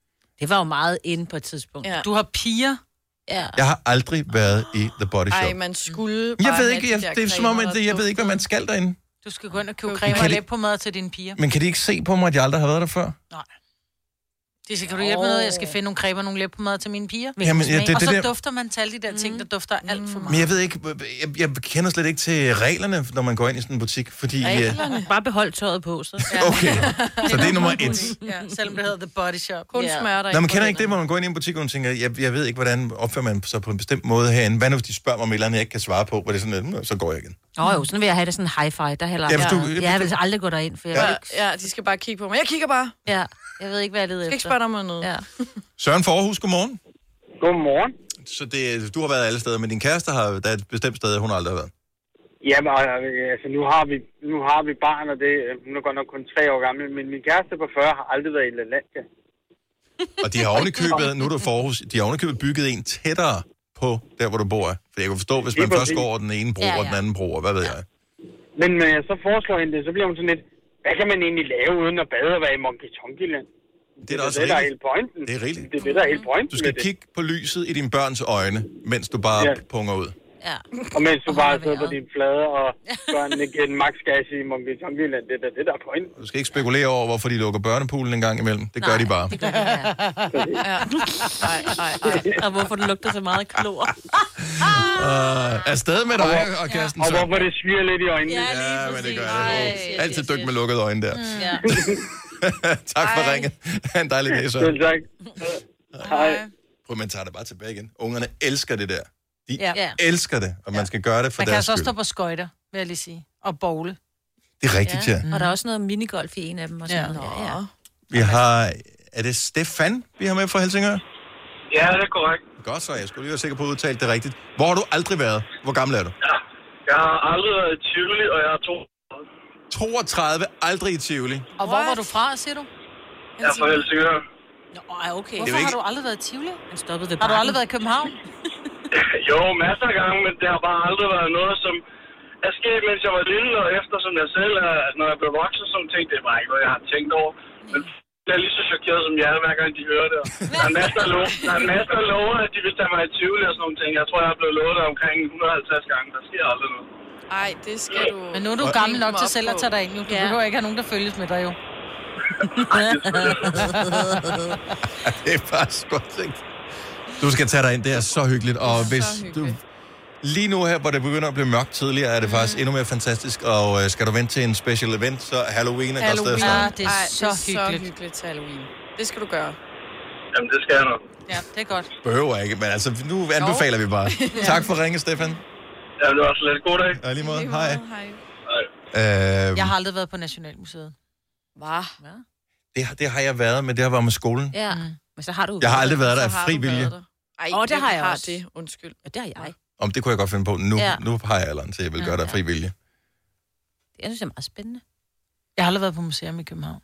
Det var jo meget inde på et tidspunkt. Ja. Du har piger. Ja. Jeg har aldrig været i The Body Shop. Ej, man skulle Jeg ved ikke, det er som om, at jeg ved ikke, hvad man skal derinde. Du skal gå ind og købe creme og læbepomade til dine piger. Men kan de ikke se på mig, at jeg aldrig har været der før? Nej. Det skal du hjælpe med noget. Jeg skal finde nogle cremer og nogle læbepomade til mine piger. Jamen, og så dufter man til alle de der ting, der dufter alt for meget. Men jeg ved ikke, jeg kender slet ikke til reglerne, når man går ind i sådan en butik, fordi... Bare behold tøjet på, så. Okay, så det er nummer 1. Ja, selvom det hedder The Body Shop. Kun smør der. Nå, man kender ikke det, hvor man går ind i en butik, og man tænker, jeg ved ikke, hvordan opfører man sig på en bestemt måde herinde. Hvad nu, hvis de spørger mig om et eller andet, jeg ikke kan svare på, hvor det er sådan, så går jeg igen. Jo, sådan vil jeg have det sådan en hi-fi, der heller. Jeg vil aldrig gå derind, for jeg Ja, de skal bare kigge på mig. Jeg kigger bare. Ja, jeg ved ikke, hvad jeg leder efter. Jeg skal ikke spørge dig om noget. Ja. Søren for Aarhus, godmorgen. Godmorgen. Så du har været alle steder, men din kæreste der er et bestemt sted, hun aldrig har været. Jamen, altså nu har vi barn, og hun er godt nok kun 3 år gammel, men min kæreste på 40 har aldrig været i LaLandia. Og de har ovenikøbet, nu er du for Aarhus, de har ovenikøbet bygget en tættere på der, hvor du bor. For jeg kan forstå, hvis man først går over den ene bro og den anden bro, hvad ved jeg. Men når jeg så foreslår hende det, så bliver hun sådan lidt, hvad kan man egentlig lave uden at bade og være i Monkey Tonky-land? Det er da også det, der er hele pointen. Det er rigeligt. Det er det, der er hele pointen. Du skal kigge på lyset i dine børns øjne, mens du bare punger ud. Ja. Og mens du bare sidder på din flade, og børnene giver en max-gas i Monkey Tonky-land. Det er det, der er pointen. Du skal ikke spekulere over, hvorfor de lukker børnepoolen en gang imellem. Det gør de bare. Det gør de, ja. Og hvorfor det lugter så meget klor. Afsted med dig og Kirsten. Og hvorfor det sviger lidt i øjnene. Ja, men det gør det. Altid dyk med lukkede øjne der. Ja. Tak for ringet. Ha' en dejlig dag, så. Selv tak. Hej. Prøv, man tager det bare tilbage igen. Ungerne elsker det der. De Ja. elsker det, og man skal gøre det for man kan deres altså også skyld. stå på skøjter, vil jeg lige sige. Og bowle. Det er rigtigt, ja. Og der er også noget minigolf i en af dem. Og sådan noget. Ja. Vi har... Er det Stefan, vi har med fra Helsingør? Ja, det er korrekt. Godt så, jeg skulle lige være sikker på at udtale det rigtigt. Hvor har du aldrig været? Hvor gammel er du? Ja. Jeg har aldrig været i Tivoli, og jeg er 32, aldrig i Tivoli. Og hvor var du fra, siger du? Jeg er fra Helsingør. Nå, okay. Det er Hvorfor ikke- har du aldrig været i Tivoli? Han stoppede ved Har du aldrig været i København? Jo, masser af gange, men det har bare aldrig været noget, som er sket, mens jeg var lille, og efter som jeg selv er, når jeg blev voksen, som ting, det er bare ikke noget, jeg har tænkt over. Men jeg er lige så chokeret som jer, hver gang de hører det. Der er en masse, der lover, at de vil tage mig i Tivoli og sådan nogle ting. Jeg tror, jeg er blevet lovet det omkring 150 gange. Der sker aldrig noget. Ej, det skal du... Men nu er du gammel nok til selv at tage dig ind. Du behøver ikke have nogen, der følges med dig jo. Det er bare skønt tænkt. Du skal tage dig ind, det er så hyggeligt. Og hvis du... Lige nu her, hvor det begynder at blive mørkt tidligere, er det faktisk endnu mere fantastisk. Og skal du vente til en special event, så Halloween er godt sted at starte. Det er så hyggeligt til Halloween. Det skal du gøre. Jamen, det skal jeg nok. Ja, det er godt. Behøver ikke, men altså, nu anbefaler vi bare. Tak for ringe, Stefan. Ja, det var også lidt god dag. Ja, lige måde. Hej. Jeg har aldrig været på Nationalmuseet. Hvad? Det har jeg været, men det har været med skolen. Ja, men så har du... Jeg har aldrig været der af fri vilje. Ej, det har jeg også. Det. Undskyld. Ja, det har jeg. Om det kunne jeg godt finde på. Nu har jeg alderen til, at jeg vil gøre det af fri vilje. Jeg synes, det er meget spændende. Jeg har aldrig været på museum i København.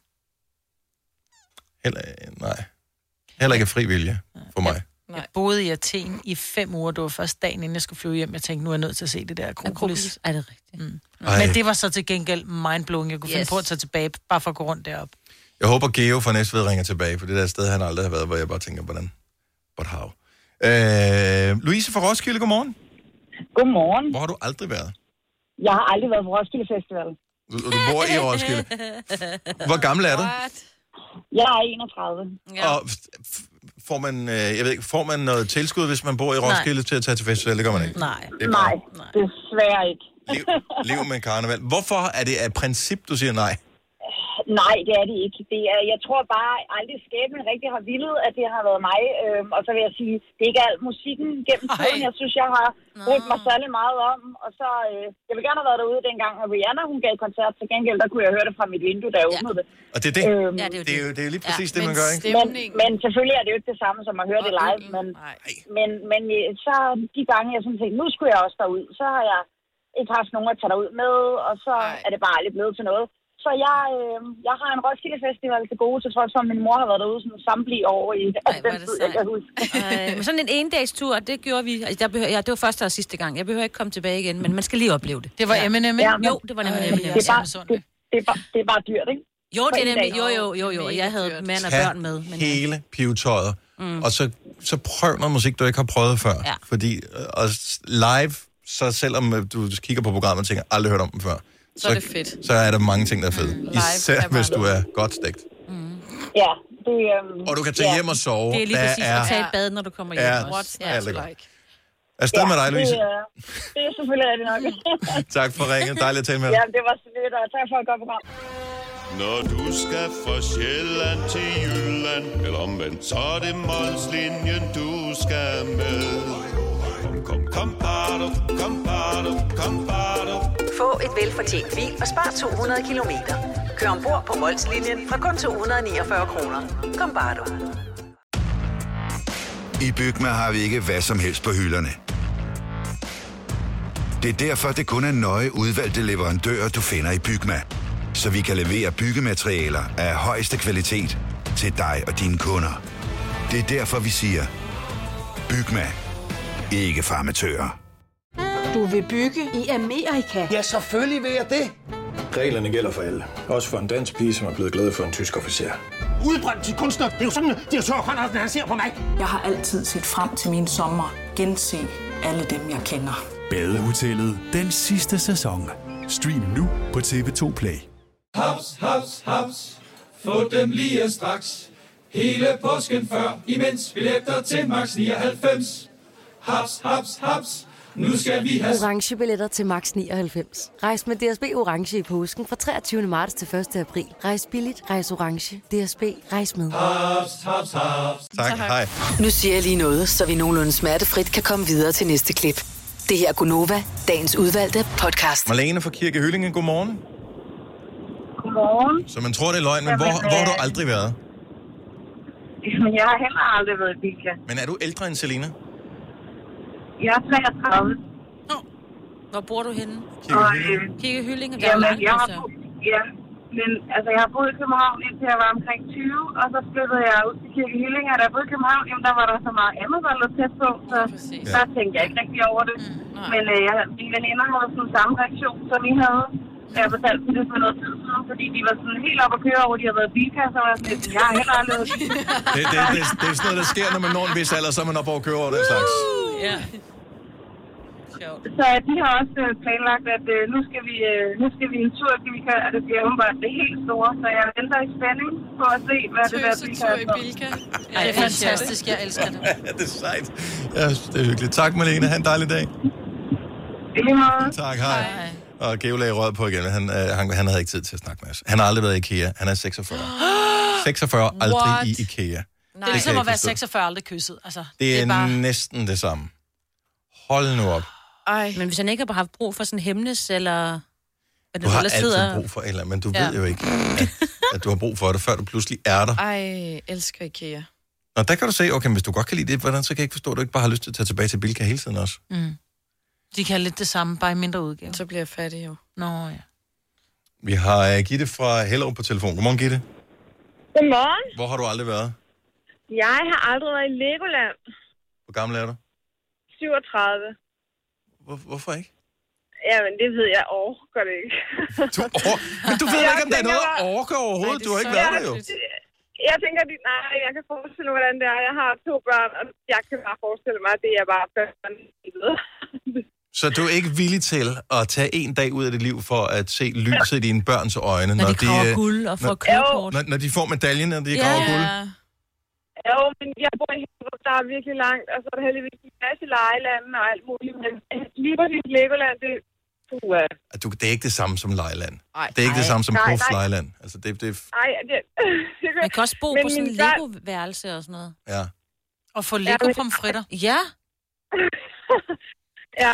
Heller ikke af fri vilje for mig. Jeg boede i Athen i 5 uger. Det var først dagen, inden jeg skulle flyve hjem. Jeg tænkte, nu er jeg nødt til at se det der Akropolis. Er det rigtigt? Men det var så til gengæld mindblowing. Jeg kunne finde på at tage tilbage, bare for at gå rundt derop. Jeg håber, Geo fra Næstved ringer tilbage, for det der sted, han aldrig har været, hvor jeg bare tænker, hvordan? But how? Louise fra Roskilde, godmorgen. Godmorgen. Hvor har du aldrig været? Jeg har aldrig været på Roskilde Festival. Du bor i Roskilde. Hvor gammel er du? Jeg er 31. Ja. Og får man, får man noget tilskud, hvis man bor i Roskilde til at tage til festival? Det gør man ikke. Nej, desværre ikke. Liv med karneval. Hvorfor er det af princip, du siger nej? Nej, det er det ikke. Jeg tror bare aldrig skæbnen rigtig har villet, at det har været mig. Og så vil jeg sige, det er ikke alt musikken gennem tiden. Jeg synes, jeg har brugt mig særlig meget om. Og så, jeg vil gerne have været derude dengang, at Rihanna, hun gav koncert. Til gengæld, der kunne jeg høre det fra mit vindue, da jeg åbnede det. Og det er det? Det er jo lige præcis det, man gør, ikke? Men selvfølgelig er det jo ikke det samme, som at høre det live. Men så de gange, jeg sådan tænkte, nu skulle jeg også derud, så har jeg ikke haft nogen at tage derud med, og så er det bare aldrig blevet til noget. Så jeg har en Roskilde Festival til gode, til trods for, at min mor har været derude sådan samtlige år i den tid, jeg kan huske. Men sådan en endagstur, det gjorde vi. Altså, det var første og sidste gang. Jeg behøver ikke komme tilbage igen, men man skal lige opleve det. Det var Eminem, Jo, det var nemlig Eminem. Det er bare dyrt, ikke? Jo, det er nemlig, jo. Jeg havde mand og børn med. Men hele pivetøjet, og så prøv noget musik, du ikke har prøvet før. Ja. Fordi live, så selvom du kigger på programmet og tænker, aldrig hørt om dem før, så er det fedt. Så er der mange ting, der er fede. Især hvis du er godt stegt. Ja, det... Og du kan tage hjem og sove. Det er lige præcis at tage et bad, når du kommer hjem. What's not to like? Afsted med dig, Louise. Det er selvfølgelig rigtigt nok. Tak for ringen. Dejligt at tale med dig. Ja, det var så lidt, og tak for et godt program. Når du skal fra Sjælland til Jylland, eller omvendt, så er det Molslinjen, du skal med. Kom, bado. Få et velfortjent bil og spar 200 kilometer. Kør ombord på Molslinjen fra kun 249 kroner. Kom, bado. I Bygma har vi ikke hvad som helst på hylderne. Det er derfor, det kun er nøje udvalgte leverandører, du finder i Bygma. Så vi kan levere byggematerialer af højeste kvalitet til dig og dine kunder. Det er derfor, vi siger, Bygma. Ikke farmatører. Du vil bygge i Amerika? Ja, selvfølgelig vil jeg det. Reglerne gælder for alle. Også for en dansk pige, som er blevet glad for en tysk officer. Udbrændt til kunstner. Det er jo sådan, at direktør Conradsen, han ser på mig. Jeg har altid set frem til min sommer. Gense alle dem, jeg kender. Badehotellet den sidste sæson. Stream nu på TV2 Play. Haps, haps, haps. Få dem lige straks. Hele påsken før, imens billetter til max 99. Haps, haps, haps. Nu skal vi have orange billetter til max 99. Rejs med DSB orange i påsken fra 23. marts til 1. april. Rejs billigt, rejs orange. DSB, rejs med. Haps, haps, haps. Tak, hej. Nu siger jeg lige noget, så vi nogenlunde smertefrit kan komme videre til næste klip. Det her er Gunova, dagens udvalgte podcast. Marlene fra Kirke Hyllinge, godmorgen. Godmorgen. Så man tror, det er løgn, men hvor har du aldrig været? Jeg har heller aldrig været i Bilka. Men er du ældre end Selina? Jeg er 33. Hvor bor du henne? Kirke Hyllinge? Jeg har boet i København, indtil jeg var omkring 20, og så flyttede jeg ud til Kirke Hyllinge, og da jeg boede i København, der var der så meget andet, der lå tæt på, så der tænkte jeg ikke rigtig over det. Men mine veninder havde sådan samme reaktion, som I havde. Jeg fortalte dem det for noget tid siden, fordi de var sådan helt op at køre over, de havde været i Bilka, så var jeg sådan, jeg har heller aldrig været i Bilka. Det er sådan noget, der sker, når man når en vis alder, så er man op over at køre over den slags. Ja. Så de har også planlagt, at nu skal vi en tur, og det bliver åbenbart det helt store, så jeg venter i spænding på at se, hvad det der Bilka er. Ja, det er fantastisk, jeg elsker det. Det er sejt. Ja, det er hyggeligt. Tak, Malene. Ha' en dejlig dag. I lige måde. Tak, hej. Og Geo lagde rød på igen. Han havde ikke tid til at snakke med os. Han har aldrig været i IKEA. Han er 46. 46, aldrig i IKEA. Nej. Det er ligesom at være 46 aldrig kysset. Altså, det er bare næsten det samme. Hold nu op. Ej. Men hvis han ikke har haft brug for sådan hemnes, eller... Du har altid brug for et eller andet, men du ved jo ikke, at du har brug for det, før du pludselig er der. Ej, elsker IKEA. Nå, der kan du se, okay, hvis du godt kan lide det, hvordan så kan jeg ikke forstå, at du ikke bare har lyst til at tage tilbage til Bilka hele tiden også. De kan lidt det samme, bare i mindre udgave. Så bliver jeg fattig jo. Nå, ja. Vi har Gitte fra Hellerup på telefon. Godmorgen, Gitte. Godmorgen. Hvor har du aldrig været? Jeg har aldrig været i Legoland. Hvor gammel er du? 37. Hvorfor ikke? Jamen, det ved jeg orker det ikke. Men du ved ikke, om der er noget at orke overhovedet. Du har ikke været der jo. Jeg tænker, jeg kan forestille mig, hvordan det er. Jeg har 2 børn, og jeg kan bare forestille mig, at det er bare børn. Så du er ikke villig til at tage en dag ud af dit liv for at se lyset i dine børns øjne, når de graver guld og får kørekort. Når de får medaljen, når de graver guld? Jo, men jeg bor i Hellerup, der er virkelig langt, og så er der heldigvis en masse lejelande og alt muligt. Men lige på dit Legoland, det er ikke det samme som Lejeland. Det er ikke det samme som Kofs Lejeland. Altså, det... Man kan også bo på sådan en Lego-værelse og sådan noget. Ja. Og få Lego-pomfritter. Ja. nej.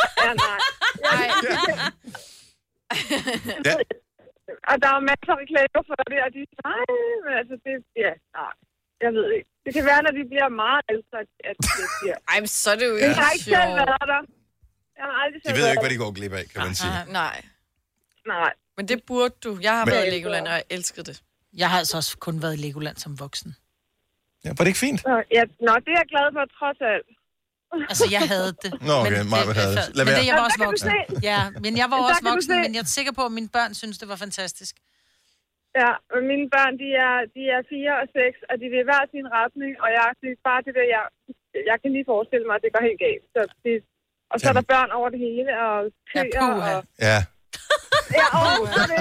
Og der er masser af reklamer for det, og de men altså, jeg ved ikke. Det kan være, når de bliver meget ældre, at det bliver... Ej, men så er det jo ikke. Jeg har ikke selv været der. Jeg har aldrig selv været der. De ved ikke, hvad de går glip af, kan man sige. Nej. Men det burde du. Jeg har været i Legoland, og jeg elskede det. Jeg har altså også kun været i Legoland som voksen. Ja, var det ikke fint? Nå, det er jeg glad for, trods alt. Altså, jeg havde det. Nå, okay, Maja havde det. Men det, jeg var også voksen. Ja, men jeg var også voksen, men jeg er sikker på, at mine børn synes, det var fantastisk. Ja, og mine børn, de er 4 og 6, og de vil hver sin retning, og jeg synes bare det der, jeg kan lige forestille mig, at det går helt galt. Og så er der børn over det hele, og køer, og... Ja. Ja, det.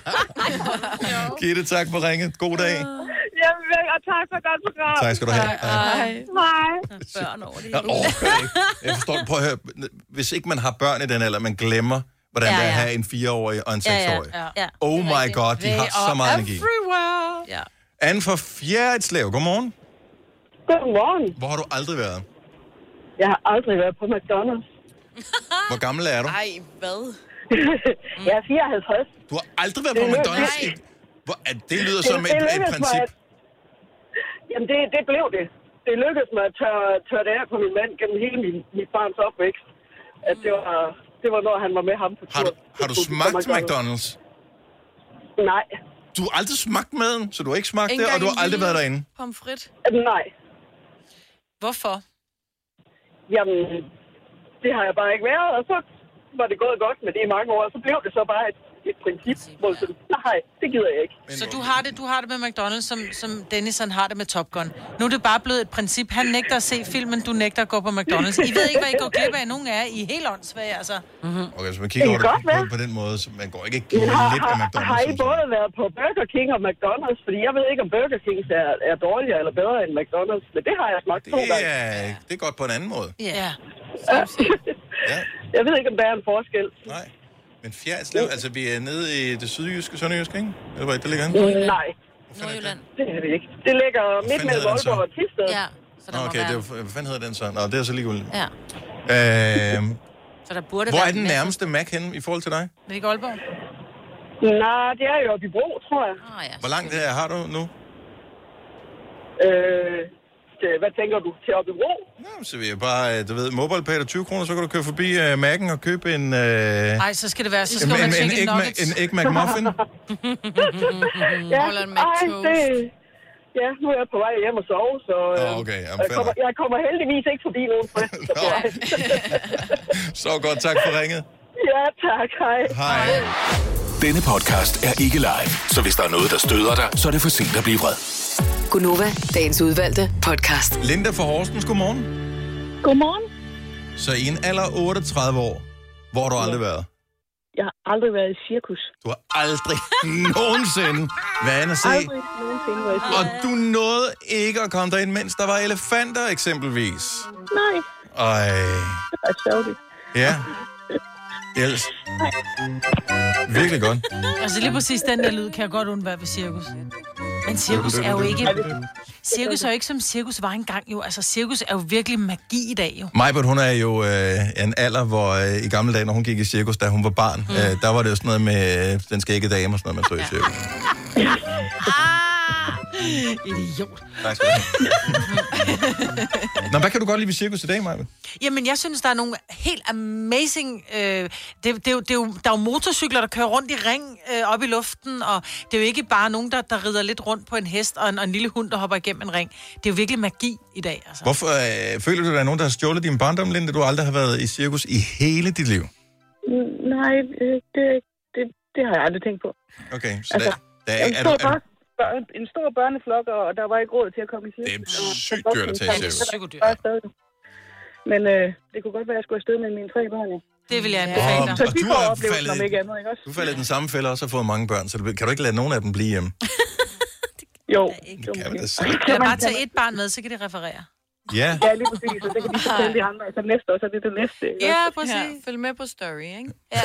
Gitte, tak for ringet. God dag. Jamen, og tak for et godt program. Tak skal du have. Hej. Børn over det hele. Jeg forstår det. Prøv at høre. Hvis ikke man har børn i den alder, man glemmer, hvordan det er at have en 4-årig og en 6-årig. Ja. Oh my god, de har så meget energi. Everywhere. Ja. Anne fra Fjerritslev, godmorgen. Godmorgen. Hvor har du aldrig været? Jeg har aldrig været på McDonald's. Hvor gammel er du? Ej, hvad? Jeg er 54. Du har aldrig været på McDonald's? Det lyder som et princip. Jamen, det blev det. Det lykkedes mig at tørre det af på min mand gennem hele mit barns opvækst. At det var når han var med ham på tur. Har du smagt McDonald's? Nej. Du har aldrig smagt maden, så du har ikke smagt det, og du har aldrig været derinde? Pomfrit? Nej. Hvorfor? Jamen, det har jeg bare ikke været, og så var det gået godt med det i mange år, og så blev det så bare et princip. Nej, det gider jeg ikke. Så du har det med McDonald's, som Dennis han har det med Top Gun. Nu er det bare blevet et princip. Han nægter at se filmen, du nægter at gå på McDonald's. I ved ikke, hvad I går glip af. Nogen af jer. I er helt åndssvage, altså. Okay, så man kigger over det på den måde, så man går ikke glip af McDonald's. Har I både været på Burger King og McDonald's? Fordi jeg ved ikke, om Burger King er dårligere eller bedre end McDonald's, men det har jeg smagt 2 gange. Det er godt på en anden måde. Ja. Jeg ved ikke, om der er en forskel. Nej. Men Fjerritslev, altså vi er nede i det sydjyske, sønderjyske, ikke? Eller hvor det ligger hen? Nej. Nordjylland. Det er det ikke. Det ligger midt mellem Aalborg og Thisted. Ja. Okay, hvad fanden hedder den så? Nå, det er så ligegyldigt. Ja. Så der burde hvor er den nærmeste Mac henne i forhold til dig? Det er ikke Aalborg? Nej, det er jo oppe i Bro, tror jeg. Ja. Hvor langt har du nu? Hvad tænker du? Til oppe i Bro? Ja, så vil jeg bare, du ved, MobilePay er 20 kroner, så kan du køre forbi Mac'en og købe en... Nej, så skal det være chicken nuggets. En Egg McMuffin. Ja, nu er jeg på vej hjem og sove, så okay. Jeg kommer heldigvis ikke forbi nogen fristelser på vej. Så godt, tak for ringet. Ja, tak. Hej. Hej. Denne podcast er ikke live, så hvis der er noget, der støder dig, så er det for sent at blive vred. Gunova, dagens udvalgte podcast. Linda fra Horsens, godmorgen. Godmorgen. Så i en alder 38 år, hvor har du aldrig været? Jeg har aldrig været i cirkus. Du har aldrig nogensinde været inde at se? Aldrig nogensinde været i cirkus. Og du nåede ikke at komme derind, mens der var elefanter eksempelvis? Nej. Ej. Det er sjovt. Ja. Ellers. Virkelig godt. Altså lige præcis den der lyd kan jeg godt undvære ved cirkus. Men cirkus er jo ikke... Cirkus er jo ikke som cirkus var engang jo. Altså cirkus er jo virkelig magi i dag jo. Majbert, hun er jo en alder, hvor i gamle dage, når hun gik i cirkus, da hun var barn, der var det jo sådan noget med den skægge dame og sådan noget, man så i cirkus. Idiot. Tak skal du have. Nå, hvad kan du godt lide ved cirkus i dag, Majbert? Jamen, jeg synes, der er nogle helt amazing... der er jo motorcykler, der kører rundt i ring op i luften, og det er jo ikke bare nogen, der rider lidt rundt på en hest, og en lille hund, der hopper igennem en ring. Det er jo virkelig magi i dag, altså. Hvorfor føler du, at der er nogen, der har stjålet din barndom, Linda? Du har aldrig har været i cirkus i hele dit liv. Nej, det har jeg aldrig tænkt på. Okay, så altså, en stor børneflok, og der var ikke råd til at komme i cirkus. Det er sygt dyrt at tage i cirkus. Men det kunne godt være, at jeg skulle afsted med mine 3 børn. Det vil jeg anbefale dig. Så de får oplevelsen om ikke andet, ikke også? Du falder i den samme fælde også og har fået mange børn, så kan du ikke lade nogen af dem blive hjemme? Jo. Eller bare tage et barn med, så kan de referere. Ja. Ja, lige præcis. Så det kan de fortælle de andre, så næste år, så er det næste. Ikke? Ja, præcis. Ja, følg med på story, ikke? Ja.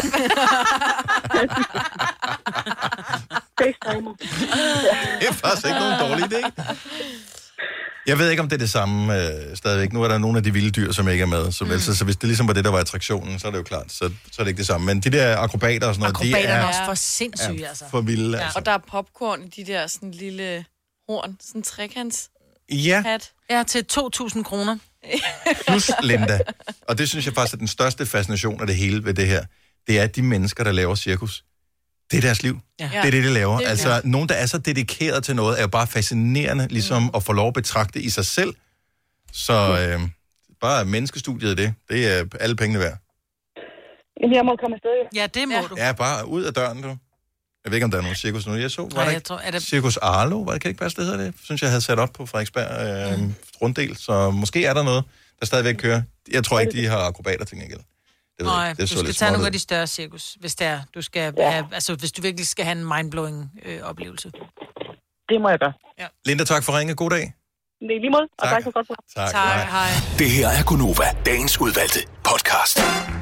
Det er faktisk ikke nogen dårlig idé. Jeg ved ikke, om det er det samme stadigvæk. Nu er der nogle af de vilde dyr, som ikke er med. Så hvis det ligesom var det, der var attraktionen, så er det jo klart. Så er det ikke det samme. Men de der akrobater og sådan noget, de er også for sindssyge, altså. For vilde, altså. Og der er popcorn i de der sådan lille horn. Sådan en trekants. Ja. Hat. Ja, til 2.000 kroner. Plus Linda. Og det synes jeg faktisk er den største fascination af det hele ved det her. Det er de mennesker, der laver cirkus. Det er deres liv. Ja. Det er det, de laver. Altså, nogen, der er så dedikeret til noget, er jo bare fascinerende, ligesom at få lov at betragte i sig selv. Så bare menneskestudiet det er alle pengene værd. Jamen, jeg må komme afsted. Ja, det må du. Ja, bare ud af døren, du. Jeg ved ikke, om der er nogen cirkus nu. Jeg så, var det Cirkus Arlo, kan ikke passe, det hedder det? Synes jeg havde sat op på Frederiksberg runddel, så måske er der noget, der stadigvæk kører. Jeg tror ikke, de har akrobater til gengæld. Nej, du skal tage nogle af de større cirkus, hvis det er. Du skal have, altså, hvis du virkelig skal have en mindblowing oplevelse. Det må jeg gøre. Ja. Linda, tak for ringe. God dag. Det er lige måde, og tak for godt. Tak. Hej. Det her er Gonova, dagens udvalgte podcast.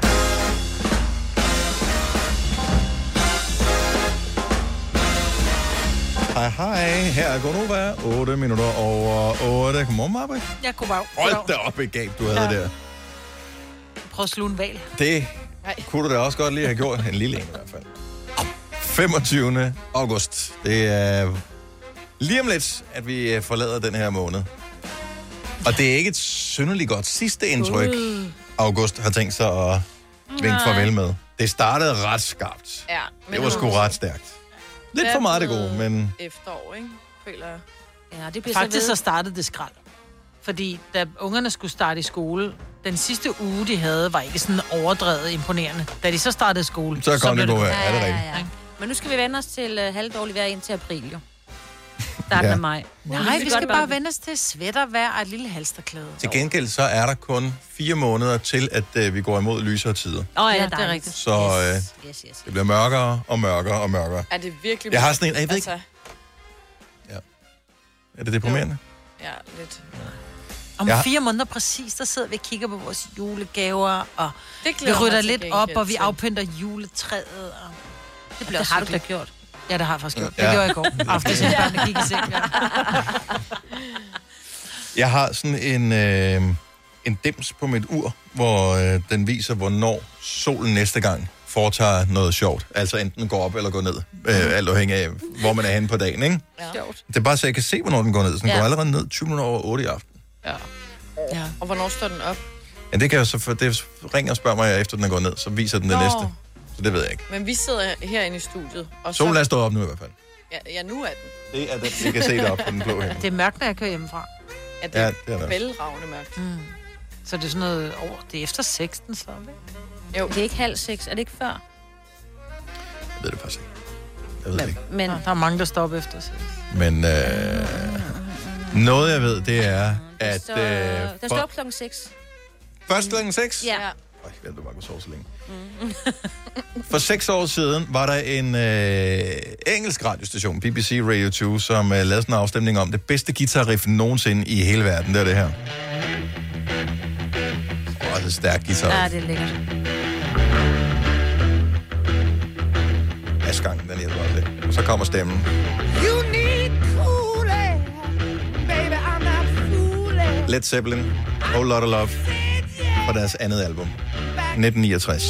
Hej. Her er Gonova. 8 minutter over 8. Godmorgen, Marbet. Ja, goddag. Hold da op et gab, du havde der. Prøv at sluge en val. Det kunne du da også godt lige have gjort. En lille en i hvert fald. 25. august. Det er lige om lidt, at vi forlader den her måned. Og det er ikke et synderligt godt sidste indtryk, August har tænkt sig at vinke farvel med. Det startede ret skarpt. Ja, det var sgu ret stærkt. Lidt for meget det gode, men... Efterår, ikke? Føler jeg. Ja, det bliver faktisk så startede det skrald. Fordi da ungerne skulle starte i skole, den sidste uge, de havde, var ikke sådan overdrevet imponerende. Da de så startede skole... Så kom det gode vejr, er det rigtigt? Ja. Men nu skal vi vende os til halvdårligt vejr indtil april, jo. Starten af maj. Nej, vi skal bare vende os til svættervejr og et lille halsterklæde. Til gengæld så er der kun 4 måneder til, at vi går imod lysere tider. Ja, det er rigtigt. Så yes. Det bliver mørkere og mørkere og mørkere. Er det virkelig... Jeg har sådan en... Jeg ved ikke... Ja. Er det deprimerende? Ja, lidt. Om 4 måneder præcis, der sidder vi og kigger på vores julegaver, og vi rytter lidt op, og vi afpynter juletræet. Og det har du da gjort. Ja, det har jeg faktisk gjort. Det gjorde jeg i går. Aften, som børnene gik i seng. Ja. Jeg har sådan en dims på mit ur, hvor den viser, hvornår solen næste gang foretager noget sjovt. Altså enten går op eller går ned. Alt afhængig af, hvor man er henne på dagen, ikke? Ja. Det er bare så, jeg kan se, hvornår den går ned. Så den går allerede ned 20 minutter over 8 i aften. Ja. Og hvornår står den op? Ja, det kan jeg så... Det ringer og spørger mig, efter den er gået ned, så viser den det næste. Så det ved jeg ikke. Men vi sidder herinde i studiet. Og solen er stået op nu i hvert fald. Ja, nu er den. Det er den. Vi kan se det op på den blå himmel. Det er mørkt, når jeg kører hjemmefra. Ja, det er velragende mørkt. Så det er sådan noget over... Det er efter 6, så ikke? Jo. Det er ikke 5:30. Er det ikke før? Jeg ved det faktisk ikke. Jeg ved det ikke. Men der er mange, der stopper efter 6. Men noget jeg ved, det er, at... Der står op klokken 6. Først klokken 6? Ja. Jeg ved bare, hvor sove så længe. For 6 år siden var der en engelsk radiostation, BBC Radio 2, som lavede sådan en afstemning om det bedste guitarriff nogensinde i hele verden. Det er det her. Også et stærkt guitarriff. Ja, det er lækkert. Asgangen, den hjælper også lidt. Og så kommer stemmen. You need cool air, baby, I'm not fooling. Led Zeppelin, Whole Lotta Love, fra deres andet album, 1969.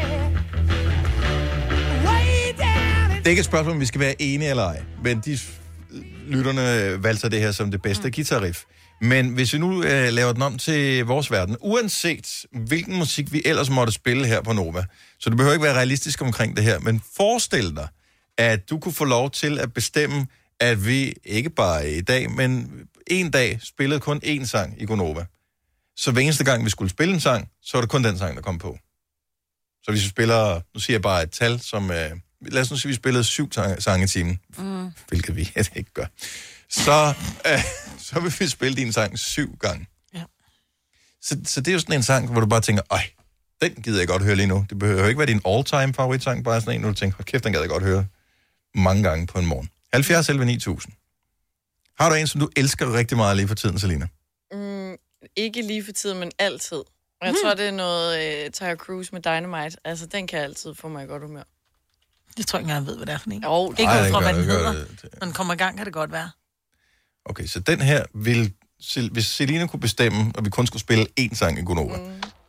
Det er ikke et spørgsmål, om vi skal være enige eller ej, men de lytterne valgte det her som det bedste guitarriff. Men hvis vi nu laver den om til vores verden, uanset hvilken musik vi ellers måtte spille her på Nova, så du behøver ikke være realistisk omkring det her, men forestil dig, at du kunne få lov til at bestemme, at vi ikke bare i dag, men en dag spillede kun én sang i Gonova. Så hver eneste gang, vi skulle spille en sang, så var det kun den sang, der kom på. Så hvis vi spiller, nu siger jeg bare et tal, som... lad os nu sige, at vi spillede 7 sange i timen, hvilket vi ikke gør. Så vil vi spille din sang 7 gange. Ja. Så det er jo sådan en sang, hvor du bare tænker, den gider jeg godt høre lige nu. Det behøver ikke være din all-time favoritsang, bare sådan en, hvor du tænker, kæft, den gad jeg godt høre mange gange på en morgen. 70 11 9000. Har du en, som du elsker rigtig meget lige for tiden, Selina? Ikke lige for tiden, men altid. Jeg tror, det er noget Tyre Cruise med Dynamite. Altså, den kan altid få mig i godt humør. Jeg tror ikke engang, jeg ved, hvad det er for en. Jo, ikke ud fra, hvad den hedder. Når den kommer i gang, kan det godt være. Okay, så den her vil... Hvis Selina kunne bestemme, og vi kun skulle spille én sang i Gonova.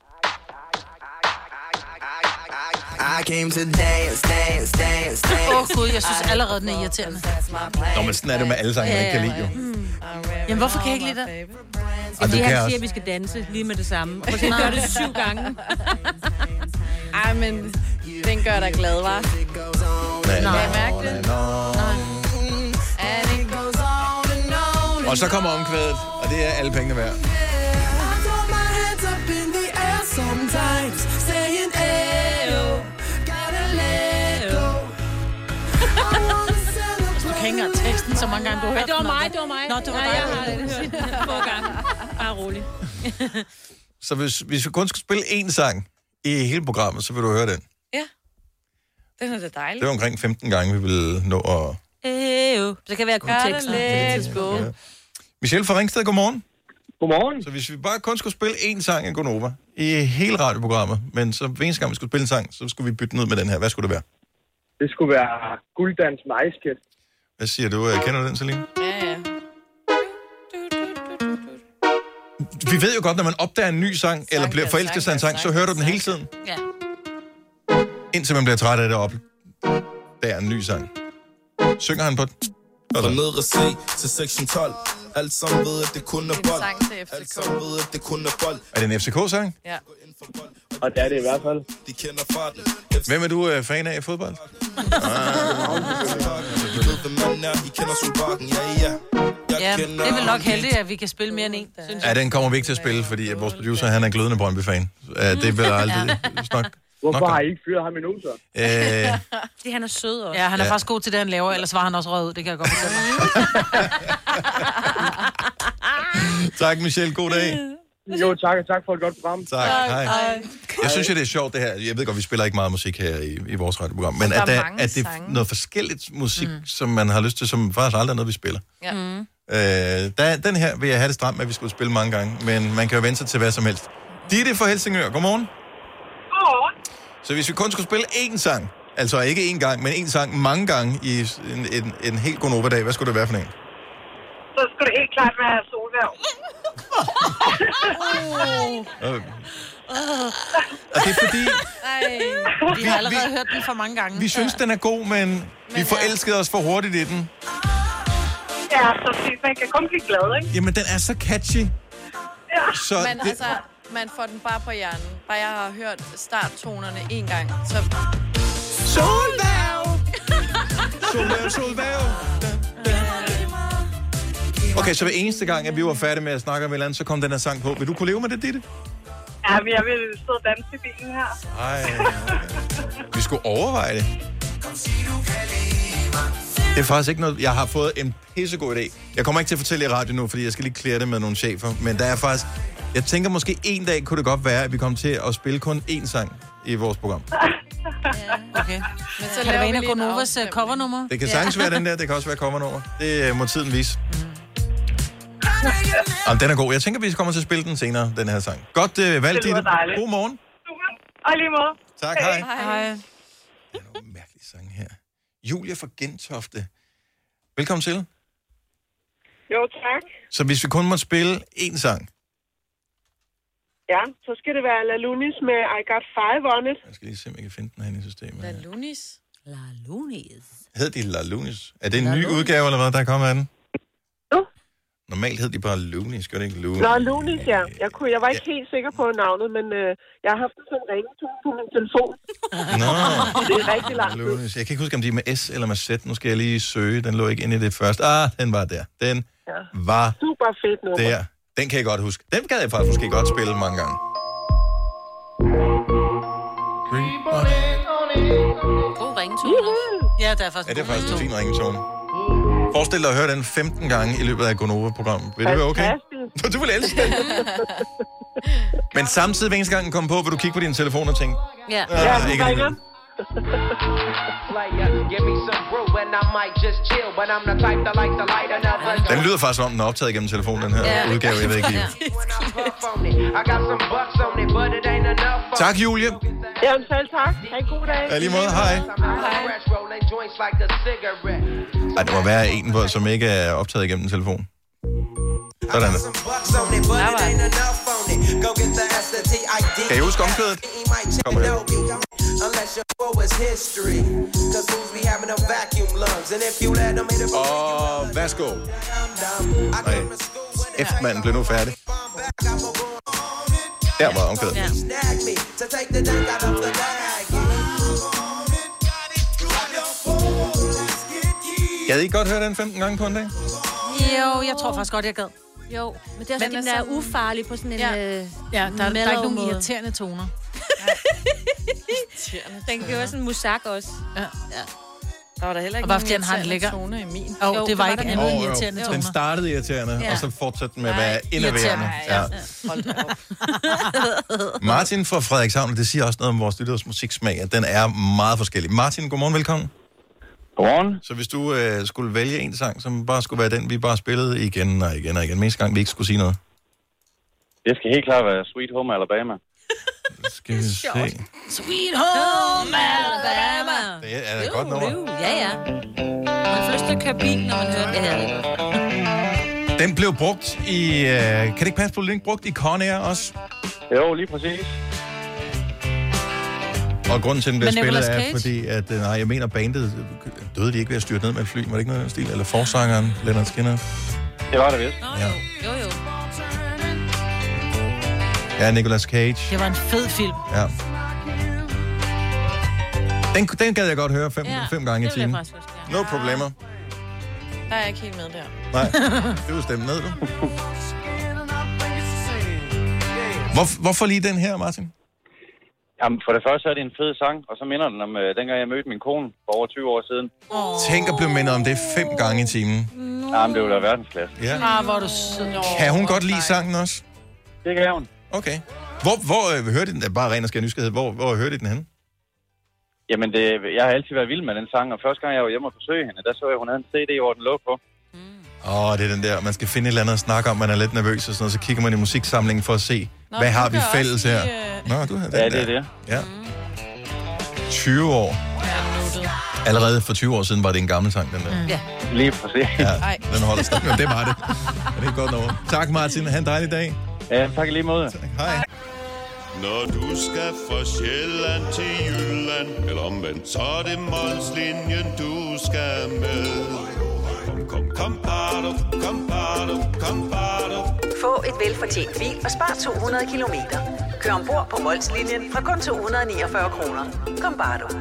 I came to dance. Gud, jeg synes allerede, den er irriterende. Nå, men sådan er det med alle sange, man ikke kan lide, jo. Jamen, hvorfor kan jeg ikke lide det? Fordi han siger, at vi skal danse lige med det samme. Og så gør det 7 gange. Ej, men den gør dig glad, hva'? Nej. Kan jeg mærke det? Og så kommer omkvædet, og det er alle pengene værd. mange gange du har hørt det var mig. Nå, det var dig. Jeg har hørt få gange. Bare rolig. Så hvis vi kun skulle spille én sang i hele programmet, så vil du høre den. Ja. Den er da dejligt. Det var omkring 15 gange, vi ville nå at... Så kan være kun teksten på det tidspunkt. Ja. Michelle fra Ringsted, godmorgen. Godmorgen. Så hvis vi bare kun skulle spille én sang af Gonova i hele radioprogrammet, men så hver eneste gang, vi skulle spille en sang, så skulle vi bytte den ud med den her. Hvad skulle det være? Det skulle være Gulddans med Ice Kid. Hvad siger du? Kender du den, Celine? Ja. Vi ved jo godt, når man opdager en ny sang, eller bliver forelsket sig en sang, så hører du den hele tiden. Ja. Indtil man bliver træt af det op. Der er en ny sang. Synger han på den? Fra nedre C til sektion 12. Alt sammen ved, at det kun er bold. Alt sammen ved, at det kun er bold. Er det en FCK-sang? Ja. Og det er det i hvert fald. De kender farten. Hvem er du fan af i fodbold? I ved, hvem man er. I kender Solbakken. Ja. Ja, det er vel nok heldigt, at vi kan spille mere end en. Ja, den kommer vi ikke til at spille, fordi vores producer, han er glødende Brøndby-fan. Det vil aldrig nok. Hvorfor har I ikke fyret ham endnu, så? Fordi han er sød også. Ja, han er faktisk god til det, han laver, ellers var han også rød ud. Det kan jeg godt fortælle dig. Tak, Michelle. God dag. Jo, tak, og tak for et godt program. Tak. Hej. Jeg synes jo, det er sjovt, det her. Jeg ved godt, vi spiller ikke meget musik her i vores radioprogram, men at det er noget forskelligt musik, som man har lyst til, som faktisk aldrig er noget, vi spiller. Ja. Den her vil jeg have det stramt med, at vi skulle spille mange gange, men man kan jo vente sig til hvad som helst. Ditte fra Helsingør, godmorgen. Godmorgen. Så hvis vi kun skulle spille én sang, altså ikke én gang, men én sang mange gange i en helt Gonova-dag, hvad skulle det være for en? Så skulle det helt klart være Solværv. Og det er fordi... Vi har allerede hørt den for mange gange. Vi synes, den er god, men vi forelskede os for hurtigt i den. Ja, så man kan kun blive glad, ikke? Jamen, den er så catchy. Ja. Så men altså, man får den bare på hjernen. Bare jeg har hørt starttonerne en gang, så... Solværv! Solværv! Okay, så hver eneste gang, at vi var færdige med at snakke om et eller andet, så kom den her sang på. Vil du kunne leve med det, Ditte? Ja, men jeg vil stå og danse i bilen her. Ej, vi skulle overveje det. Det er faktisk ikke noget... Jeg har fået en pissegod idé. Jeg kommer ikke til at fortælle i radio nu, fordi jeg skal lige klæde det med nogle chefer. Men der er faktisk... Jeg tænker måske en dag kunne det godt være, at vi kommer til at spille kun én sang i vores program. Okay. Men så kan det være en af Gonovas covernummer? Det kan sagtens være den der, det kan også være covernummer. Det må tiden vise. Jamen, den er god. Jeg tænker, vi kommer til at spille den senere, den her sang. Godt valgt, Ditte. God morgen. Og lige måde. Tak, hej. Hej. Det er nogle mærkelige sange her. Julia fra Gentofte. Velkommen til. Jo, tak. Så hvis vi kun må spille én sang. Ja, så skal det være La Lunis med I Got 5 on it. Jeg skal lige se, om jeg kan finde den her i systemet. La Lunis? La Lunis. Hed de La Lunis? Er det en ny udgave, eller hvad, der er kommet af den? Jo. Normalt hed de bare Lunis, gør det ikke Lunis? Nå, Lunis, ja. Jeg var ikke helt sikker på navnet, men jeg har haft den som ringetone på min telefon. Nå. Det er rigtig langt. Lunis. Jeg kan ikke huske, om de er med S eller med Z. Nu skal jeg lige søge. Den lå ikke inde i det første. Den var der. Den var super fedt nummer. Der. Den kan jeg godt huske. Den gad jeg faktisk måske godt spille mange gange. God ringetone. Ja, det er faktisk det er faktisk en fin ringetone. Forestil dig at høre den 15 gange i løbet af Gonova-programmet. Vil det være okay? Du vil elske det. Men samtidig, hver eneste gang den kommer på, vil du kigge på din telefon og tænke... Ja, ikke alligevel. Den lyder faktisk om, den er optaget gennem telefonen, den her udgave, jeg ved ikke lige. Tak, Julie. Jamen selv tak. Ha' en god dag. Ja, lige måde. Hej. Ej, der må være en, som ikke er optaget gennem telefonen. Sådan der. Kan I huske omkvædet? Kommer her. Og værsgo. Nej. F-manden blev nu færdig. Der var omkvædet. Ja. Gad I godt høre den 15 gange på en dag? Jo, jeg tror faktisk godt, jeg gad. Jo, men det er også, den er ufarlig på sådan en der er ikke nogen irriterende toner. Den kan jo sådan en musak også. Ja. Der var der heller ikke og bare fordi han har en lækker tone i min. Det var ikke andet irriterende toner. Den startede irriterende, og så fortsatte den med at være enerverende. Ja. Martin fra Frederikshavn, det siger også noget om vores lytteres musiksmag, at den er meget forskellig. Martin, godmorgen, velkommen. Godmorgen. Så hvis du skulle vælge en sang, som bare skulle være den, vi bare spillede igen og igen og igen, mest gang vi ikke skulle sige noget. Det skal helt klart være Sweet Home Alabama. Skal vi se. Sweet Home Alabama. Det er da godt nummer. Ja. Man får lyst til at køre bil, når man hører det her. Den blev brugt i... kan det ikke passe på, at den brugt i Con Air også? Jo, lige præcis. Og grunden til, den bliver spillet er, fordi at... Nej, jeg mener, bandet døde de ikke ved at styrte ned med et fly. Var det ikke noget stil? Eller forsangeren, Leonard Skinner? Det var det vist. Ja. Jo. Ja, Nicolas Cage. Det var en fed film. Ja. Den gad jeg godt høre 5 gange i timen. No problemer. Der er jeg ikke helt med der. Nej, det vil stemme ned, du. Hvorfor lige den her, Martin? Jamen, for det første er det en fed sang, og så minder den om dengang jeg mødte min kone for over 20 år siden. Tænk at blive mindet om det 5 gange i timen. Jamen, det er jo da verdensklasse. Ja. Hvor er du sød. Kan hun godt lide sangen også? Det kan hun. Okay. Hvor hørte den? Bare ren og skær nysgerrighed. Hvor hørte I den henne? Jamen, jeg har altid været vild med den sang, og første gang jeg var hjemme og besøgte hende, der så jeg, hun havde en CD, hvor den lå på. Det er den der, man skal finde et eller andet at snakke om, man er lidt nervøs og sådan noget, så kigger man i musiksamlingen for at se, hvad har vi fælles her? Nå, du har den det er det. Ja. 20 år. Allerede for 20 år siden var det en gammel sang, den der. Ja. Lige præcis. Ja, den holder stadig. Det var det. Det er godt over. Tak, Martin. Ha' en dejlig dag. Ja, tak i lige måde. Tak. Hej. Når du skal fra Sjælland til Jylland, eller omvendt, så er det Molslinjen, du skal med. Kom, bado. Få et velfortjent bil og spar 200 kilometer. Kør ombord på Molslinjen fra kun 249 kroner. Kom, bado.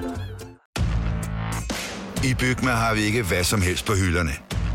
I Bygma har vi ikke hvad som helst på hylderne.